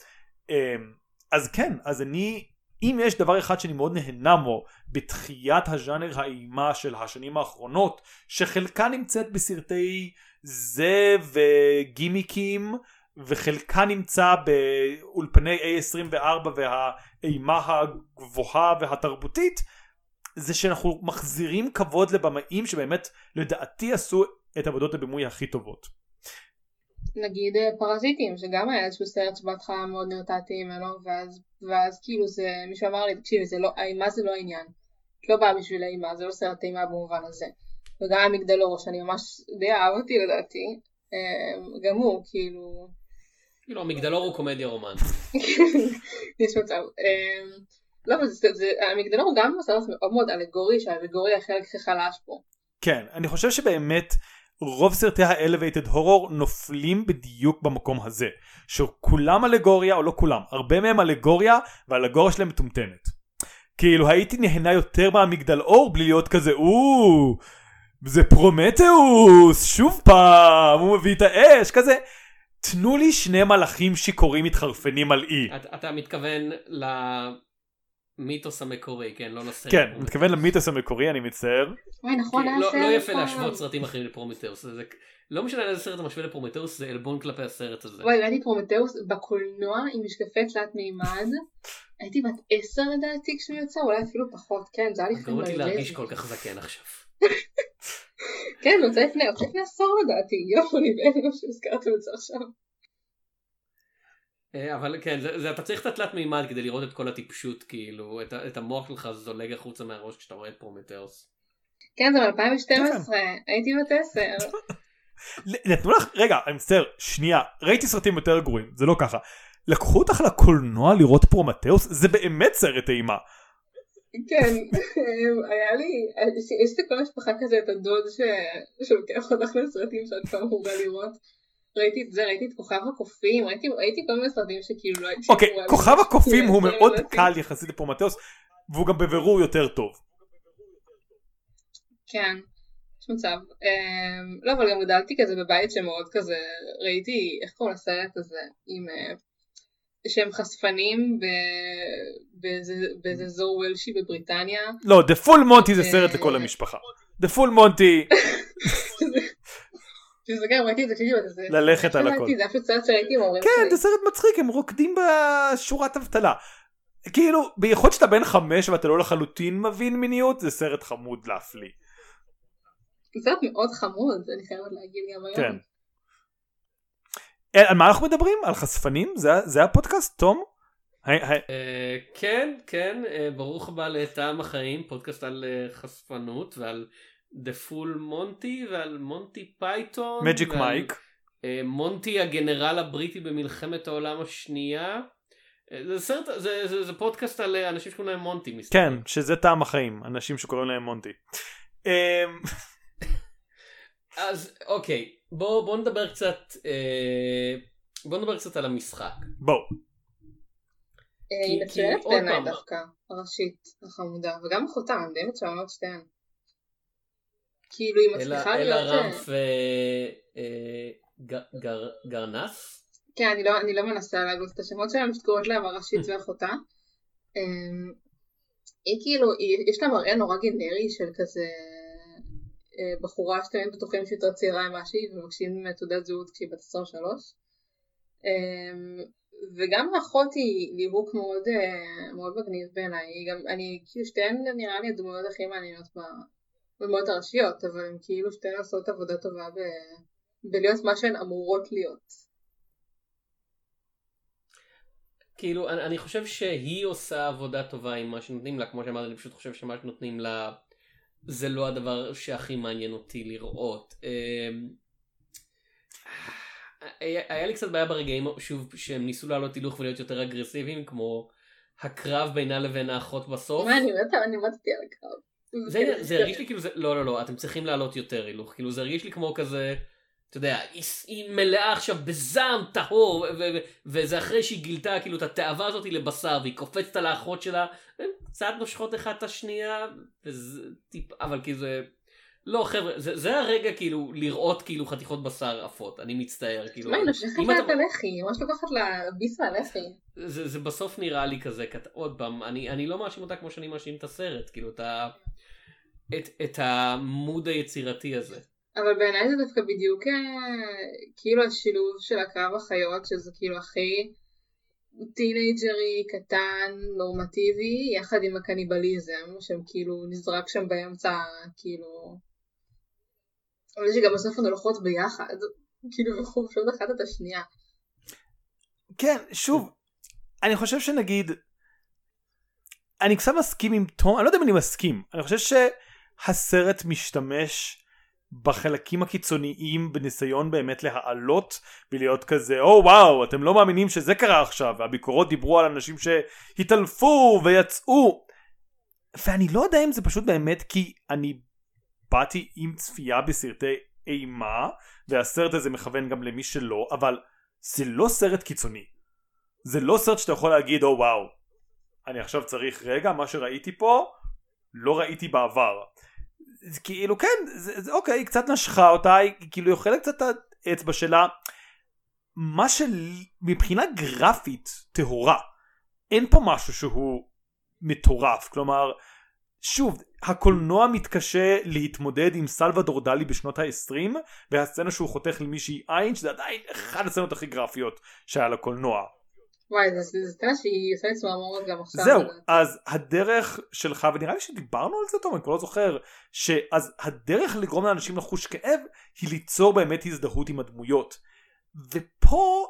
אז כן, אז אני, אם יש דבר אחד שאני מאוד נהנה בו, בתחיית הז'אנר האימה של השנים האחרונות, שחלקה נמצאת בסרטי זה וגימיקים, וחלקה נמצא באולפני איי עשרים וארבע והאימה הגבוהה והתרבותית, זה שאנחנו מחזירים כבוד לבמאים שבאמת לדעתי עשו את עבודות הבימוי הכי טובות. נגיד פרזיטים, שגם היה איזשהו סרט שבהתחלה מאוד נרתעתי ממנו, ואז, ואז כאילו זה, מישהו אמר לי, תקשיבי, זה לא, האימה זה לא העניין. לא בא בשביל האימה, זה לא סרט אימה במובן הזה. וגם המגדלור, שאני ממש די אהבתי לדעתי, גם הוא, כאילו... כאילו, המגדלור הוא קומדיה רומנטית. יש מצב. לא, אבל המגדלור הוא גם סרט מאוד מאוד אלגורי, שהאלגורי החלק הכי חלש פה. כן, אני חושב שבאמת רוב סרטי האלווייטד הורור נופלים בדיוק במקום הזה. שכולם אלגוריה, או לא כולם, הרבה מהם אלגוריה, והאלגוריה שלהם מטומטמת. כאילו, הייתי נהנה יותר מהמגדל אור בלי להיות כזה, אוו, זה פרומטאוס, שוב פעם, הוא מביא את האש, כזה. תנו לי שני מלאכים שיכורים מתחרפנים על אי. אתה, אתה מתכוון למיתוס המקורי, כן, לא לסרט. כן, מתכוון למיתוס המקורי, אני מצטער. וואי, נכון, לא, לא יפה להשוות סרטים אחרים לפרומטאוס. זה, לא משנה איזה סרט המשווה לפרומטאוס, זה אלבון כלפי הסרט הזה. וואי, ראיתי פרומטאוס בקולנוע עם משקפי תלת מימד. הייתי בת עשר לדעתי כשהוא יצא, אולי אפילו פחות, כן, זה היה לי גורמת לי להרגיש כל כך זקן עכשיו. כן, הוא יוצא לפני, הוא יוצא לפני עשור לדעתי, יום, אני בעצם שהזכרתם את זה עכשיו. אבל כן, זה, זה, אתה צריך את התלת מימד כדי לראות את כל הטיפשות, כאילו, את, את המוח שלך זולג החוצה מהראש כשאתה רואה את פרומטאוס. כן, זה ב-אלפיים ושתים עשרה, הייתי בת עשר. נתנו לך, רגע, אני מצטער, שנייה, ראיתי סרטים יותר גרועים, זה לא ככה. לקחו אותך לקולנוע לראות פרומטאוס, זה באמת סרט אימה. כן, היה לי, יש לי כל משפחה כזה את הדוד שלוקח אותך לסרטים שאת פעם אמורה לראות. ראיתי את זה, ראיתי את כוכב הקופים, ראיתי כל מיני סרטים שכאילו לא הייתי... אוקיי, כוכב הקופים הוא מאוד קל יחסית לפרומטאוס, והוא גם בבירור יותר טוב. כן, יש מצב. לא, אבל גם גדלתי כזה בבית שמאוד כזה, ראיתי, איך קוראים לסרט הזה, עם... שהם חשפנים באיזה אזור וולשי בבריטניה. לא, The Full Monty זה סרט לכל המשפחה. The Full Monty. זה גם ראיתי את זה כאילו, ללכת על הכל. זה פשוט סרט שהייתי עם ההורים שלי. כן, שלי. זה סרט מצחיק, הם רוקדים בשורת אבטלה. כאילו, ביכול שאתה בן חמש ואתה לא לחלוטין מבין מיניות, זה סרט חמוד להפליא. זה סרט מאוד חמוד, אני חייבת להגיד גם היום. כן. על מה אנחנו מדברים? על חשפנים? זה הפודקאסט, תום? כן, כן, ברוך הבא לטעם החיים, פודקאסט על חשפנות ועל The Full Monty ועל מונטי פייתון. מג'יק מייק. מונטי הגנרל הבריטי במלחמת העולם השנייה. זה סרט, זה, זה, זה פודקאסט על אנשים שקוראים להם מונטי. מסתכל. כן, שזה טעם החיים, אנשים שקוראים להם מונטי. אז אוקיי, בוא, בוא נדבר קצת, בוא נדבר קצת על המשחק. בוא. היא מצוינת בעיניי דווקא, הראשית החמודה, וגם אחותה, די מצוינות שתיהן. כאילו היא מצליחה להיות... אלה רמף וגרנס? כן, אני לא, אני לא מנסה להגות את השמות שלהם, פשוט קוראת להם הראשית ואחותה. היא כאילו, יש לה מראה נורא גנרי של כזה בחורה שתמיד בטוחים שהיא יותר צעירה עם משהי, ומבקשים תעודת זהות כשהיא בת עשרים ושלוש. וגם האחות היא ליהוק מאוד, מאוד מגניב בעיניי. אני, כאילו שתיהן נראה לי הדמויות הכי מעניינות בדמויות הראשיות, אבל הן כאילו שתיהן עושות עבודה טובה ב, בלהיות מה שהן אמורות להיות. כאילו, אני, אני חושב שהיא עושה עבודה טובה עם מה שנותנים לה, כמו שאמרתי, אני פשוט חושב שמה שנותנים לה, זה לא הדבר שהכי מעניין אותי לראות. היה לי קצת בעיה ברגעים, שוב, שהם ניסו לעלות הילוך ולהיות יותר אגרסיביים, כמו הקרב בינה לבין האחות בסוף. מה, אני מתה, אני מתתי על הקרב. זה, זה הרגיש לי כאילו, זה, לא, לא, לא, אתם צריכים לעלות יותר הילוך, כאילו זה הרגיש לי כמו כזה, אתה יודע, היא, היא מלאה עכשיו בזעם טהור, ו- ו- וזה אחרי שהיא גילתה כאילו את התאווה הזאת לבשר, והיא קופצת על האחות שלה, קצת נושכות אחת את השנייה, וזה טיפ, אבל כאילו זה, לא חבר'ה, זה, זה הרגע כאילו לראות כאילו חתיכות בשר עפות, אני מצטער, כאילו. מה, היא נושכת לה את הלחי, ממש לוקחת לה ביס מהלחי. זה, זה בסוף נראה לי כזה, עוד פעם, אני, אני לא מאשים אותה כמו שאני מאשים את הסרט, כאילו את ה... את, את המוד היצירתי הזה. אבל בעיניי זה דווקא בדיוק כאילו השילוב של הקרב החיות, שזה כאילו הכי טינג'רי, קטן, נורמטיבי, יחד עם הקניבליזם, שהם כאילו נזרק שם באמצע, כאילו... אבל יש שגם בסוף הן הולכות ביחד, כאילו וחופשות אחת את השנייה. כן, שוב, אני חושב שנגיד, אני קצת מסכים עם תום, אני לא יודע אם אני מסכים, אני חושב שהסרט משתמש בחלקים הקיצוניים בניסיון באמת להעלות ולהיות כזה, או וואו, אתם לא מאמינים שזה קרה עכשיו, והביקורות דיברו על אנשים שהתעלפו ויצאו, ואני לא יודע אם זה פשוט באמת כי אני באתי עם צפייה בסרטי אימה, והסרט הזה מכוון גם למי שלא, אבל זה לא סרט קיצוני, זה לא סרט שאתה יכול להגיד, או וואו, אני עכשיו צריך רגע, מה שראיתי פה לא ראיתי בעבר. כאילו כן, זה, זה, אוקיי, היא קצת נשכה אותה, היא כאילו יוכלת קצת האצבע שלה, מה שמבחינה גרפית טהורה, אין פה משהו שהוא מטורף, כלומר, שוב, הקולנוע מתקשה להתמודד עם סלוודור דלי בשנות ה-עשרים, והסצנה שהוא חותך למישהי עין, שזה עדיין אחד הסצנות הכי גרפיות שהיה לקולנוע. וואי, זה סצנה שהיא עושה את צמרמורת גם עכשיו. זהו, אז הדרך שלך, ונראה לי שדיברנו על זה טוב, אני כבר לא זוכר, שאז הדרך לגרום לאנשים לחוש כאב, היא ליצור באמת הזדהות עם הדמויות. ופה,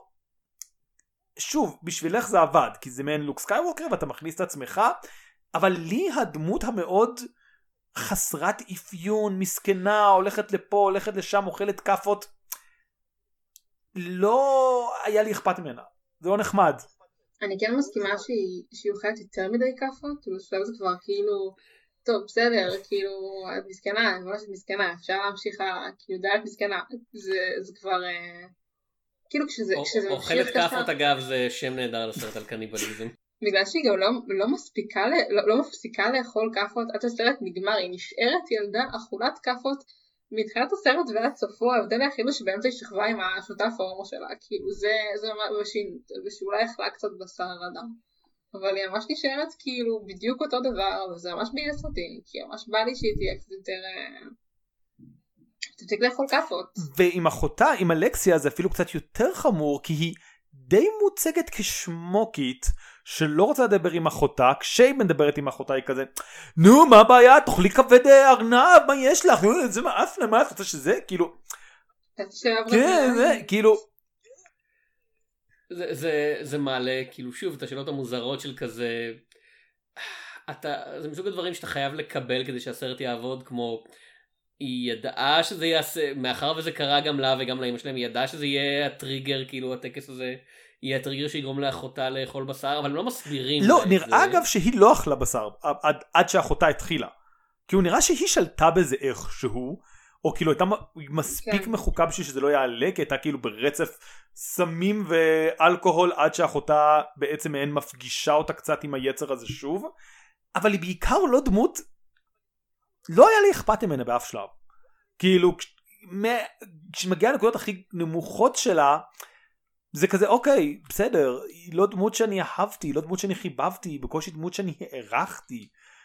שוב, בשבילך זה עבד, כי זה מעין לוק סקייווקר, ואתה מכניס את עצמך, אבל לי הדמות המאוד חסרת אפיון, מסכנה, הולכת לפה, הולכת לשם, אוכלת כפות, לא היה לי אכפת ממנה. זה לא נחמד. אני כן מסכימה שהיא, שהיא אוכלת יותר מדי כפות, ובשלב זה כבר כאילו, טוב בסדר, כאילו, את מסכנה, אני ממש מסכנה, אפשר להמשיך, כאילו די את מסכנה, זה, זה כבר, כאילו כשזה, או, כשזה אוכלת כפות אגב זה שם נהדר לסרט על קניבליזם. בגלל שהיא גם לא, לא מספיקה, לא, לא מפסיקה לאכול כפות, עד הסרט נגמר, היא נשארת ילדה אכולת כפות, מתחילת הסרט ועד סופו, ההבדל היחיד הוא שבאמצע היא שכבה עם השותף ההומו שלה, כאילו זה, זה ושאולי אכלה קצת בשר אדם, אבל היא ממש נשארת כאילו בדיוק אותו דבר, וזה ממש ביאס אותי, כי ממש בא לי שהיא תהיה קצת יותר, תפסיק לאכול כאפות. ועם אחותה, עם אלכסיה, זה אפילו קצת יותר חמור, כי היא די מוצגת כשמוקית, שלא רוצה לדבר עם אחותה, כשהיא מדברת עם אחותה היא כזה, נו, מה הבעיה? תאכלי כבד ארנב, מה יש לך? זה מאף למה, את רוצה שזה? כאילו, כן, זה, כאילו, זה, זה, זה מעלה, כאילו, שוב, את השאלות המוזרות של כזה, אתה, זה מסוג הדברים שאתה חייב לקבל כדי שהסרט יעבוד, כמו, היא ידעה שזה יעשה, מאחר וזה קרה גם לה וגם לאמא שלהם, היא ידעה שזה יהיה הטריגר, כאילו, הטקס הזה, יהיה הטריגר שיגרום לאחותה לאכול בשר, אבל הם לא מסבירים. לא, נראה אגב שהיא לא אכלה בשר, עד, עד שאחותה התחילה. כי הוא נראה שהיא שלטה בזה איכשהו, או כאילו הייתה מספיק כן. מחוקה בשביל שזה לא יעלה, כי הייתה כאילו ברצף סמים ואלכוהול, עד שאחותה בעצם אין מפגישה אותה קצת עם היצר הזה שוב, אבל היא בעיקר לא דמות, לא היה לי אכפת ממנה באף שלב. כאילו, כשמגיעה לנקודות הכי נמוכות שלה, זה כזה, אוקיי, בסדר, היא לא דמות שאני אהבתי, היא לא דמות שאני חיבבתי, היא בקושי דמות שאני הערכתי,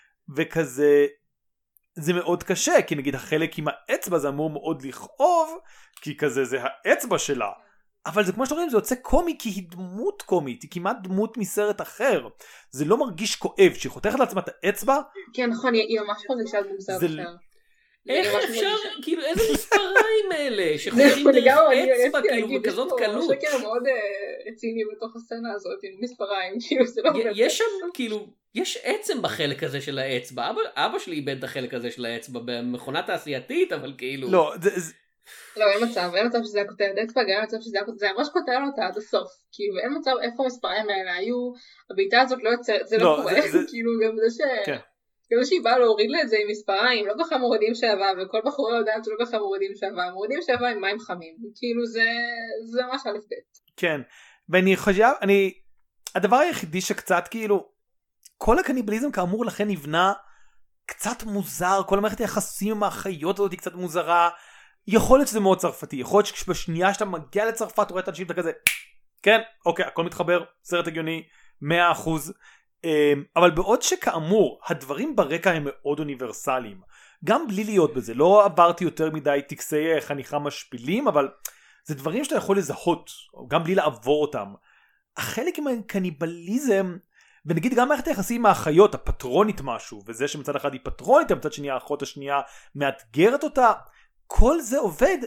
וכזה, זה מאוד קשה, כי נגיד החלק עם האצבע זה אמור מאוד לכאוב, כי כזה זה האצבע שלה, אבל זה כמו שאתם רואים, זה יוצא קומי, כי היא דמות קומית, היא כמעט דמות מסרט אחר, זה לא מרגיש כואב, שהיא חותכת לעצמה את האצבע, כן, נכון, היא ממש מרגישה דמות אחר. איך אפשר, כאילו, איזה מספריים אלה, שחושים דרך אצבע, כאילו, בכזאת קלות. יש שקר מאוד רציני בתוך הסצנה הזאת, עם מספריים, כאילו, זה לא... יש שם, כאילו, יש עצם בחלק הזה של האצבע, אבא שלי איבד את החלק הזה של האצבע במכונה תעשייתית, אבל כאילו... לא, זה... לא, אין מצב, אין מצב שזה היה כותב אצבע, גם אין מצב שזה היה כותב, זה ממש כותב אותה עד הסוף, כאילו, אין מצב איפה המספריים האלה היו, הבעיטה הזאת לא יוצרת, זה לא קורה, כאילו, גם זה ש... כאילו שהיא באה להוריד לה את זה עם מספריים, לא בכלל מורידים שעבה, וכל בחורה יודעת שלא בכלל מורידים שעבה, מורידים שעבה עם מים חמים, כאילו זה, זה ממש א' ב'. כן, ואני חושב, אני, הדבר היחידי שקצת כאילו, כל הקניבליזם כאמור לכן נבנה קצת מוזר, כל המערכת היחסים עם האחיות הזאת היא קצת מוזרה, יכול להיות שזה מאוד צרפתי, יכול להיות שבשנייה שאתה מגיע לצרפת, רואה את אנשים, אתה כזה, כן, אוקיי, הכל מתחבר, סרט הגיוני, מאה אחוז, אבל בעוד שכאמור הדברים ברקע הם מאוד אוניברסליים גם בלי להיות בזה, לא עברתי יותר מדי טקסי חניכה משפילים, אבל זה דברים שאתה יכול לזהות גם בלי לעבור אותם. החלק עם הקניבליזם, ונגיד גם מערכת היחסים עם האחיות, הפטרונית משהו, וזה שמצד אחד היא פטרונית, מצד שני האחות השנייה מאתגרת אותה, כל זה עובד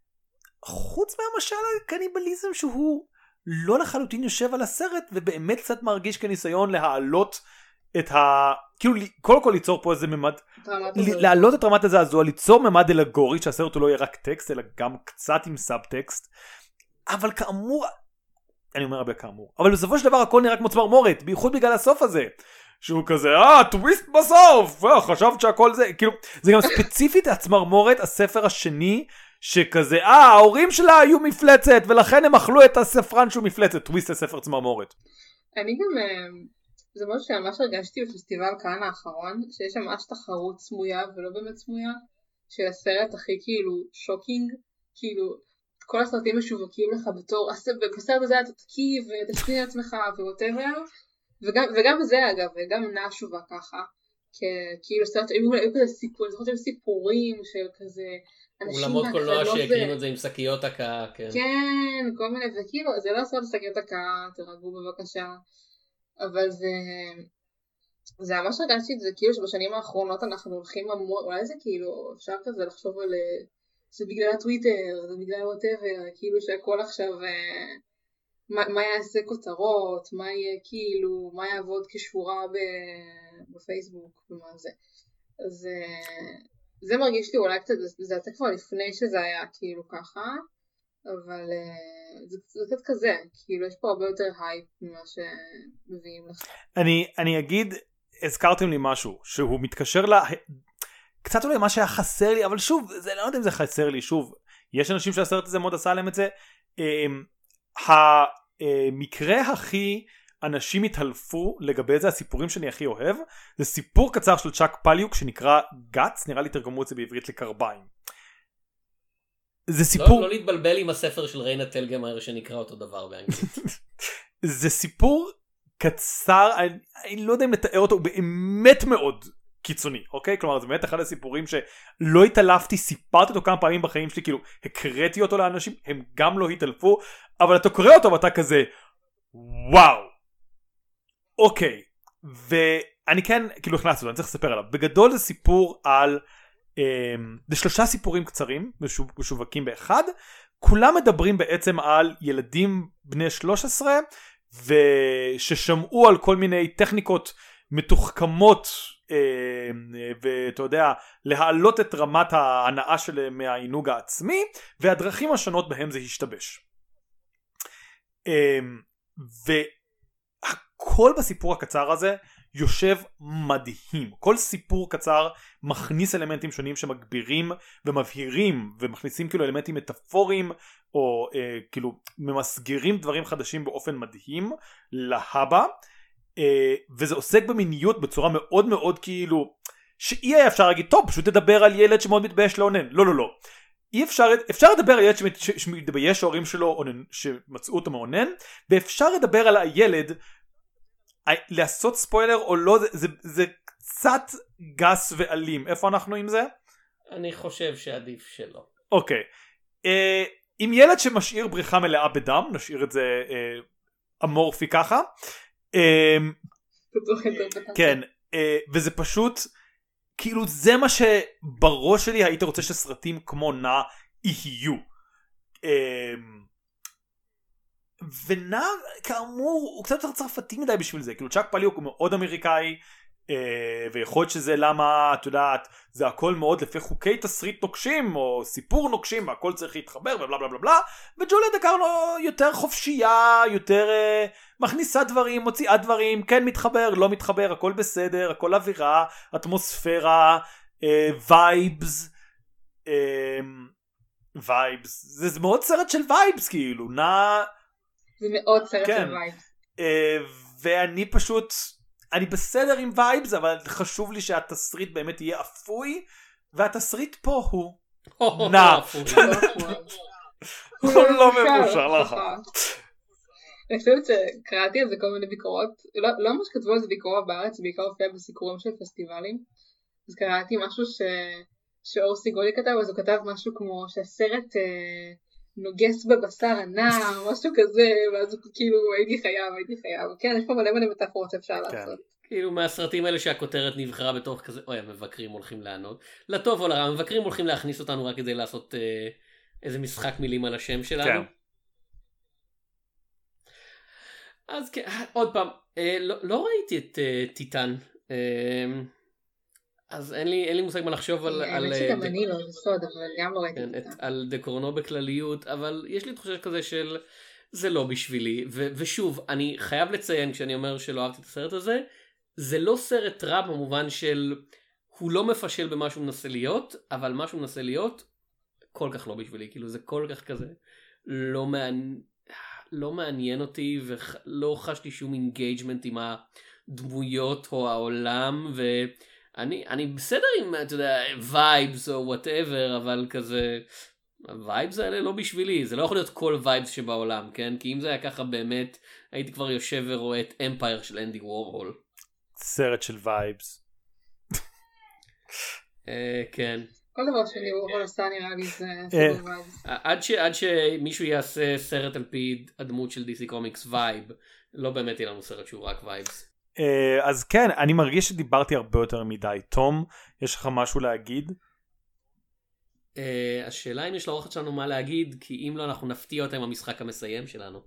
חוץ מהמשל הקניבליזם שהוא לא לחלוטין יושב על הסרט, ובאמת קצת מרגיש כניסיון להעלות את ה... כאילו, קודם כל ליצור פה איזה ממד... להעלות את רמת הזעזוע, ליצור ממד אלגורי, שהסרט הוא לא יהיה רק טקסט, אלא גם קצת עם סאב-טקסט. אבל כאמור... אני אומר הרבה כאמור. אבל בסופו של דבר הכל נראה כמו צמרמורת, בייחוד בגלל הסוף הזה. שהוא כזה, אה, טוויסט בסוף! חשבת שהכל זה... כאילו, זה גם ספציפית הצמרמורת, הספר השני... שכזה, אה, ההורים שלה היו מפלצת, ולכן הם אכלו את הספרן שהוא מפלצת, טוויסט לספר צמרמורת. אני גם, זה משהו שממש הרגשתי בפסטיבל כאן האחרון, שיש שם ממש תחרות סמויה ולא באמת סמויה, של הסרט הכי כאילו שוקינג, כאילו, כל הסרטים משווקים לך בתור, בסרט הזה אתה תקי ותשכין לעצמך ווטאבר, וגם, וגם זה אגב, וגם נשובה ככה, כאילו סרט, היו כזה סיפורים, זוכרת שהם סיפורים של כזה, אולמות קולנוע שהקרינו את זה עם שקיות הקה, כן. כן, כל מיני, וכאילו, זה לא סוד שקיות הקה, תרגעו בבקשה, אבל זה, זה ממש הרגשתי את זה, כאילו שבשנים האחרונות אנחנו הולכים המון, אולי זה כאילו, אפשר כזה לחשוב על, זה בגלל הטוויטר, זה בגלל whatever, כאילו שהכל עכשיו, מה, מה יעשה כותרות, מה יהיה כאילו, מה יעבוד כשורה בפייסבוק, ומה זה. אז... זה מרגיש לי אולי קצת, זה הייתה כבר לפני שזה היה כאילו ככה, אבל זה, זה קצת כזה, כאילו יש פה הרבה יותר הייפ ממה שמביאים לך. אני, אני אגיד, הזכרתם לי משהו, שהוא מתקשר לה, קצת אולי מה שהיה חסר לי, אבל שוב, זה לא יודע אם זה חסר לי, שוב, יש אנשים שהסרט הזה מאוד עשה להם את זה, המקרה הכי... אנשים התהלפו לגבי זה, הסיפורים שאני הכי אוהב, זה סיפור קצר של צ'אק פליוק שנקרא גאץ, נראה לי תרגמו את זה בעברית לקרביים. זה סיפור... לא, לא להתבלבל עם הספר של ריינה טלגמר שנקרא אותו דבר באנגלית. זה סיפור קצר, אני, אני לא יודע אם לתאר אותו, באמת מאוד קיצוני, אוקיי? כלומר זה באמת אחד הסיפורים שלא התעלפתי, סיפרתי אותו כמה פעמים בחיים שלי, כאילו הקראתי אותו לאנשים, הם גם לא התעלפו, אבל אתה קורא אותו ואתה כזה וואו, אוקיי, ואני כן כאילו הכנסתי אותו, אני צריך לספר עליו. בגדול זה סיפור על, אה, זה שלושה סיפורים קצרים משווקים באחד, כולם מדברים בעצם על ילדים בני שלוש עשרה וששמעו על כל מיני טכניקות מתוחכמות ואתה יודע להעלות את רמת ההנאה שלהם מהעינוג העצמי, והדרכים השונות בהם זה השתבש. והכל בסיפור הקצר הזה יושב מדהים. כל סיפור קצר מכניס אלמנטים שונים שמגבירים ומבהירים ומכניסים כאילו אלמנטים מטאפוריים או אה, כאילו ממסגרים דברים חדשים באופן מדהים להבא, אה, וזה עוסק במיניות בצורה מאוד מאוד כאילו שאי היה אפשר להגיד טוב פשוט תדבר על ילד שמאוד מתבייש לאונן. לא לא לא, אי אפשר, אפשר לדבר על ילד שמתבייש שההורים שלו אונן, שמצאו אותו מאונן, ואפשר לדבר על הילד, לעשות ספוילר או לא, זה, זה, זה קצת גס ואלים. איפה אנחנו עם זה? אני חושב שעדיף שלא. אוקיי. אה, עם ילד שמשאיר בריכה מלאה בדם, נשאיר את זה אה, אמורפי ככה. אה, כן, אה, וזה פשוט, כאילו זה מה שבראש שלי הייתי רוצה שסרטים כמו נע יהיו. אה, ונע כאמור הוא קצת יותר צרפתי מדי בשביל זה, כאילו צ'אק פליוק הוא מאוד אמריקאי, אה, ויכול להיות שזה למה את יודעת זה הכל מאוד לפי חוקי תסריט נוקשים או סיפור נוקשים והכל צריך להתחבר ובלה בלה בלה בלה, וג'וליה דקרנו יותר חופשייה, יותר אה, מכניסה דברים, מוציאה דברים, כן מתחבר, לא מתחבר, הכל בסדר, הכל אווירה, אטמוספירה, אה, וייבס, אה, וייבס, זה, זה מאוד סרט של וייבס כאילו, נע זה מאוד סרט כן. של וייבס. Uh, ואני פשוט, אני בסדר עם וייבס, אבל חשוב לי שהתסריט באמת יהיה אפוי, והתסריט פה הוא נע. הוא לא מבושר לך. אני חושבת שקראתי על זה כל מיני ביקורות, לא ממש כתבו על זה ביקורות בארץ, בעיקר הופיע בסיקורים של פסטיבלים, אז קראתי משהו שאור סיגולי כתב, אז הוא כתב משהו כמו שהסרט נוגס בבשר הנע, משהו כזה, ואז הוא כאילו הייתי חייב, הייתי חייב. כן, יש פה מלא מלא מטאפורות שאפשר לעשות. כאילו מהסרטים האלה שהכותרת נבחרה בתוך כזה, אוי, המבקרים הולכים לענות. לטוב או לרע, המבקרים הולכים להכניס אותנו רק כדי לעשות אה, איזה משחק מילים על השם שלנו. כן. אז כן, עוד פעם, אה, לא, לא ראיתי את אה, טיטן, אה, אז אין לי, אין לי מושג מה לחשוב על... האמת שגם אני לא, זה סוד, אבל גם לא ראיתי את זה. על דקורנו בכלליות, אבל יש לי תחושה כזה של זה לא בשבילי, ו- ושוב, אני חייב לציין כשאני אומר שלא אהבתי את הסרט הזה, זה לא סרט רע במובן של הוא לא מפשל במה שהוא מנסה להיות, אבל מה שהוא מנסה להיות כל כך לא בשבילי, כאילו זה כל כך כזה לא מעניין, לא מעניין אותי, ולא חשתי שום אינגייג'מנט עם הדמויות או העולם, ו... אני, אני בסדר עם, אתה יודע, וייבס או וואטאבר, אבל כזה, הווייבס האלה לא בשבילי, זה לא יכול להיות כל וייבס שבעולם, כן? כי אם זה היה ככה באמת, הייתי כבר יושב ורואה את אמפייר של אנדי וורהול. סרט של וייבס. כן. כל דבר שאנדי וורהול עשה נראה לי זה סרט וייבס. עד שמישהו יעשה סרט על פי הדמות של די סי קומיקס וייב, לא באמת יהיה לנו סרט שהוא רק וייבס. אז כן, אני מרגיש שדיברתי הרבה יותר מדי. תום, יש לך משהו להגיד? השאלה אם יש לאורחת שלנו מה להגיד, כי אם לא אנחנו נפתיע אותה עם המשחק המסיים שלנו.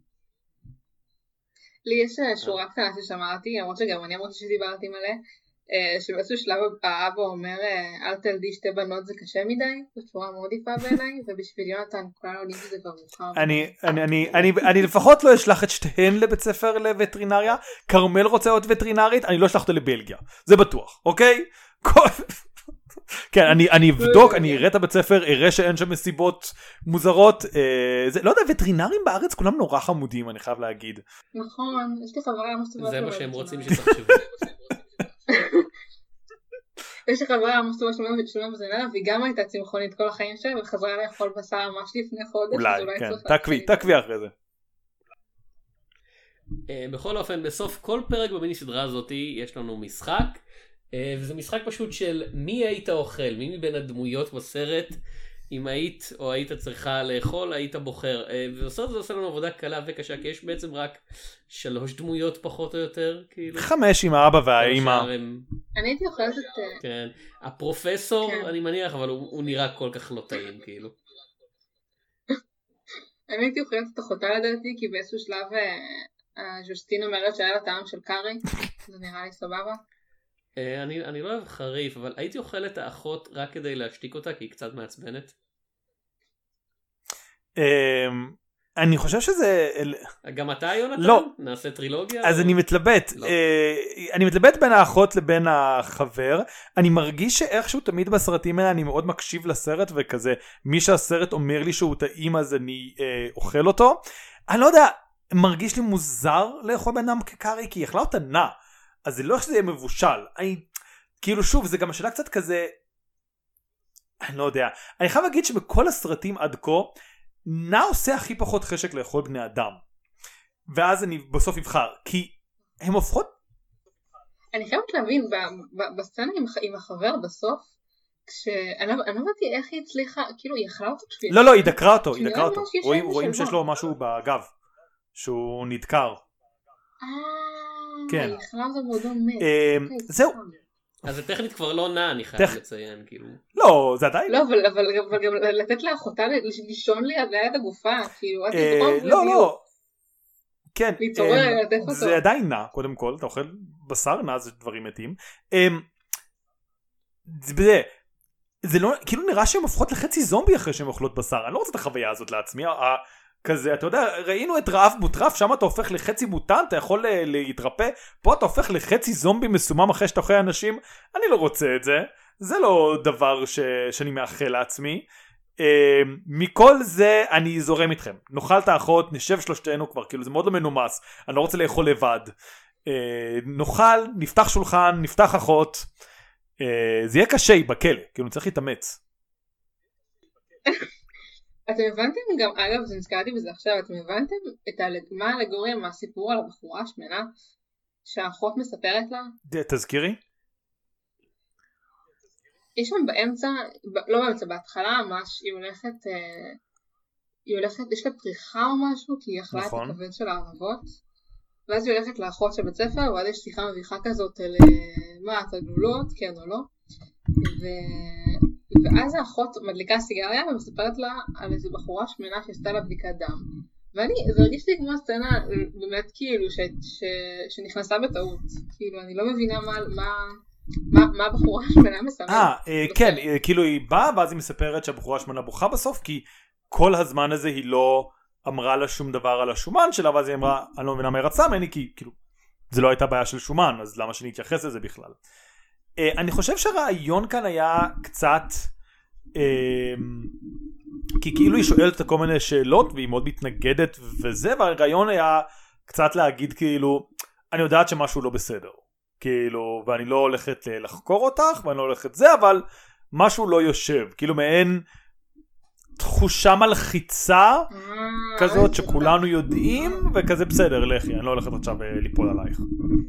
לי יש שורה קטנה ששמעתי, למרות שגם אני אמרתי שדיברתי מלא, שבאיזשהו שלב האבא אומר אל תלדי שתי בנות זה קשה מדי, זו שורה מאוד יפה בעיניי, ובשביל יונתן כולנו יודעים שזה כבר מוכר. אני לפחות לא אשלח את שתיהן לבית ספר לווטרינריה, קרמל רוצה להיות וטרינרית, אני לא אשלח אותה לבלגיה, זה בטוח, אוקיי? כן, אני אבדוק, אני אראה את הבית ספר, אראה שאין שם מסיבות מוזרות, לא יודע, וטרינרים בארץ כולם נורא חמודים, אני חייב להגיד. נכון, יש לי חברה ממש זה מה שהם רוצים שתחשבו. יש לי חברה ממש טובה שלמה בזננה, והיא גם הייתה צמחונית כל החיים שלה, וחזרה לאכול בשר ממש לפני חודש. אולי, כן, תקווי, תקווי אחרי זה. בכל אופן, בסוף כל פרק במיני סדרה הזאת יש לנו משחק, וזה משחק פשוט של מי היית אוכל, מי מבין הדמויות בסרט, אם היית או היית צריכה לאכול, היית בוחר. ובסרט זה עושה לנו עבודה קלה וקשה, כי יש בעצם רק שלוש דמויות פחות או יותר, כאילו. חמש עם האבא והאימא. אני הייתי אוכלת את... כן. הפרופסור, אני מניח, אבל הוא נראה כל כך לא טעים, כאילו. אני הייתי אוכלת את אחותה לדעתי, כי באיזשהו שלב ז'וסטין אומרת שהיה לה טעם של קארי, זה נראה לי סבבה. אני, אני לא אוהב חריף, אבל הייתי אוכל את האחות רק כדי להשתיק אותה, כי היא קצת מעצבנת. אני חושב שזה... גם אתה, יונתן? לא. נעשה טרילוגיה? אז אני מתלבט. אני מתלבט בין האחות לבין החבר. אני מרגיש שאיכשהו תמיד בסרטים האלה אני מאוד מקשיב לסרט, וכזה, מי שהסרט אומר לי שהוא טעים, אז אני אוכל אותו. אני לא יודע, מרגיש לי מוזר לאכול בינם כקארי, כי היא אכלה אותה נע. אז זה לא שזה יהיה מבושל. אני, כאילו שוב, זה גם השאלה קצת כזה, אני לא יודע. אני חייב להגיד שבכל הסרטים עד כה, נע עושה הכי פחות חשק לאכול בני אדם. ואז אני בסוף אבחר, כי הם הופכות... אני חייבת להבין, בסצנה עם, עם החבר בסוף, כשאני לא הבנתי איך היא הצליחה, כאילו היא אכלה אותו בשביל... לא, לא, היא דקרה אותו, היא דקרה אותו. רואים, רואים שיש לו משהו בגב, שהוא נדקר. כן. היא אכלה אותו בעודו מת. זהו. אז זה טכנית כבר לא נע, אני חייב לציין, כאילו. לא, זה עדיין. לא, אבל גם לתת לאחותה לישון לי עד ליד הגופה, כאילו, אז תתרום לא, לא. כן. להתעורר, לתת אותו. זה עדיין נע, קודם כל, אתה אוכל בשר, נע זה דברים מתים. זה, זה לא, כאילו נראה שהן הופכות לחצי זומבי אחרי שהן אוכלות בשר, אני לא רוצה את החוויה הזאת לעצמי, כזה, אתה יודע, ראינו את רעב מוטרף, שם אתה הופך לחצי מוטנט, אתה יכול להתרפא, פה אתה הופך לחצי זומבי מסומם אחרי שאתה אוכל אנשים, אני לא רוצה את זה, זה לא דבר ש... שאני מאחל לעצמי. מכל זה אני זורם איתכם, נאכל את האחות, נשב שלושתנו כבר, כאילו זה מאוד לא מנומס, אני לא רוצה לאכול לבד, נאכל, נפתח שולחן, נפתח אחות, זה יהיה קשה בכלא, כאילו צריך להתאמץ. אתם הבנתם גם, אגב, זה נזכרתי בזה עכשיו, אתם הבנתם את מה האלגוריה, מה הסיפור על הבחורה השמנה, שהאחות מספרת לה? תזכירי. יש שם באמצע, לא באמצע, בהתחלה ממש, היא הולכת, היא הולכת, יש לה פריחה או משהו, כי היא אכלה את הכבד של הערבות, ואז היא הולכת לאחות של בית ספר, ואז יש שיחה מביכה כזאת על מה, את הגלולות, כן או לא, ו... ואז האחות מדליקה סיגריה ומספרת לה על איזו בחורה שמנה שעשתה לה בדיקת דם. ואני, זה הרגיש לי כמו הסצנה באמת כאילו ש, ש, שנכנסה בטעות. כאילו אני לא מבינה מה, מה, מה, מה הבחורה השמנה מספרת. אה, כן, כאילו היא באה ואז היא מספרת שהבחורה השמנה בוכה בסוף, כי כל הזמן הזה היא לא אמרה לה שום דבר על השומן שלה, ואז היא אמרה, אני לא מבינה מה היא רצה ממני, כי כאילו זה לא הייתה בעיה של שומן, אז למה שאני אתייחס לזה בכלל? אני חושב שהרעיון כאן היה קצת, כי כאילו היא שואלת כל מיני שאלות והיא מאוד מתנגדת וזה, והרעיון היה קצת להגיד כאילו, אני יודעת שמשהו לא בסדר, כאילו, ואני לא הולכת לחקור אותך ואני לא הולכת זה, אבל משהו לא יושב, כאילו מעין תחושה מלחיצה כזאת שכולנו יודעים, וכזה בסדר, לכי, אני לא הולכת עכשיו ליפול עלייך.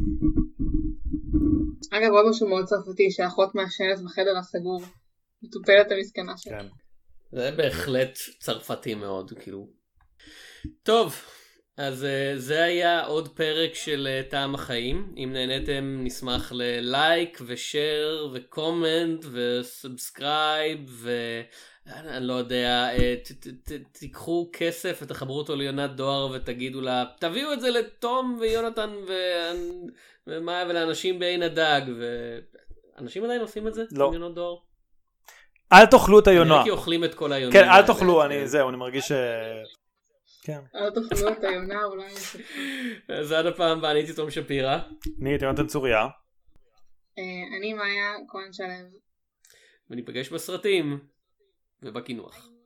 אגב, עוד משהו מאוד צרפתי, שהאחות מעשנת בחדר הסגור, מטופלת המסכנה שלה. זה בהחלט צרפתי מאוד, כאילו. טוב, אז זה היה עוד פרק של טעם החיים. אם נהניתם, נשמח ללייק ושאר וקומנט וסאבסקרייב ו... אני לא יודע, תיקחו כסף ותחברו אותו ליונת דואר ותגידו לה, תביאו את זה לתום ויונתן ומה ולאנשים בעין הדג, ואנשים עדיין עושים את זה? לא. יונות דואר? אל תאכלו את היונה. כי אוכלים את כל היונה. כן, אל תאכלו, אני, זהו, אני מרגיש ש... כן. אל תאכלו את היונה, אולי... אז עד הפעם הבאה, אני הייתי תום שפירא. אני הייתי יונתן צוריה. אני מאיה כהן שלו. וניפגש בסרטים. ובקינוח.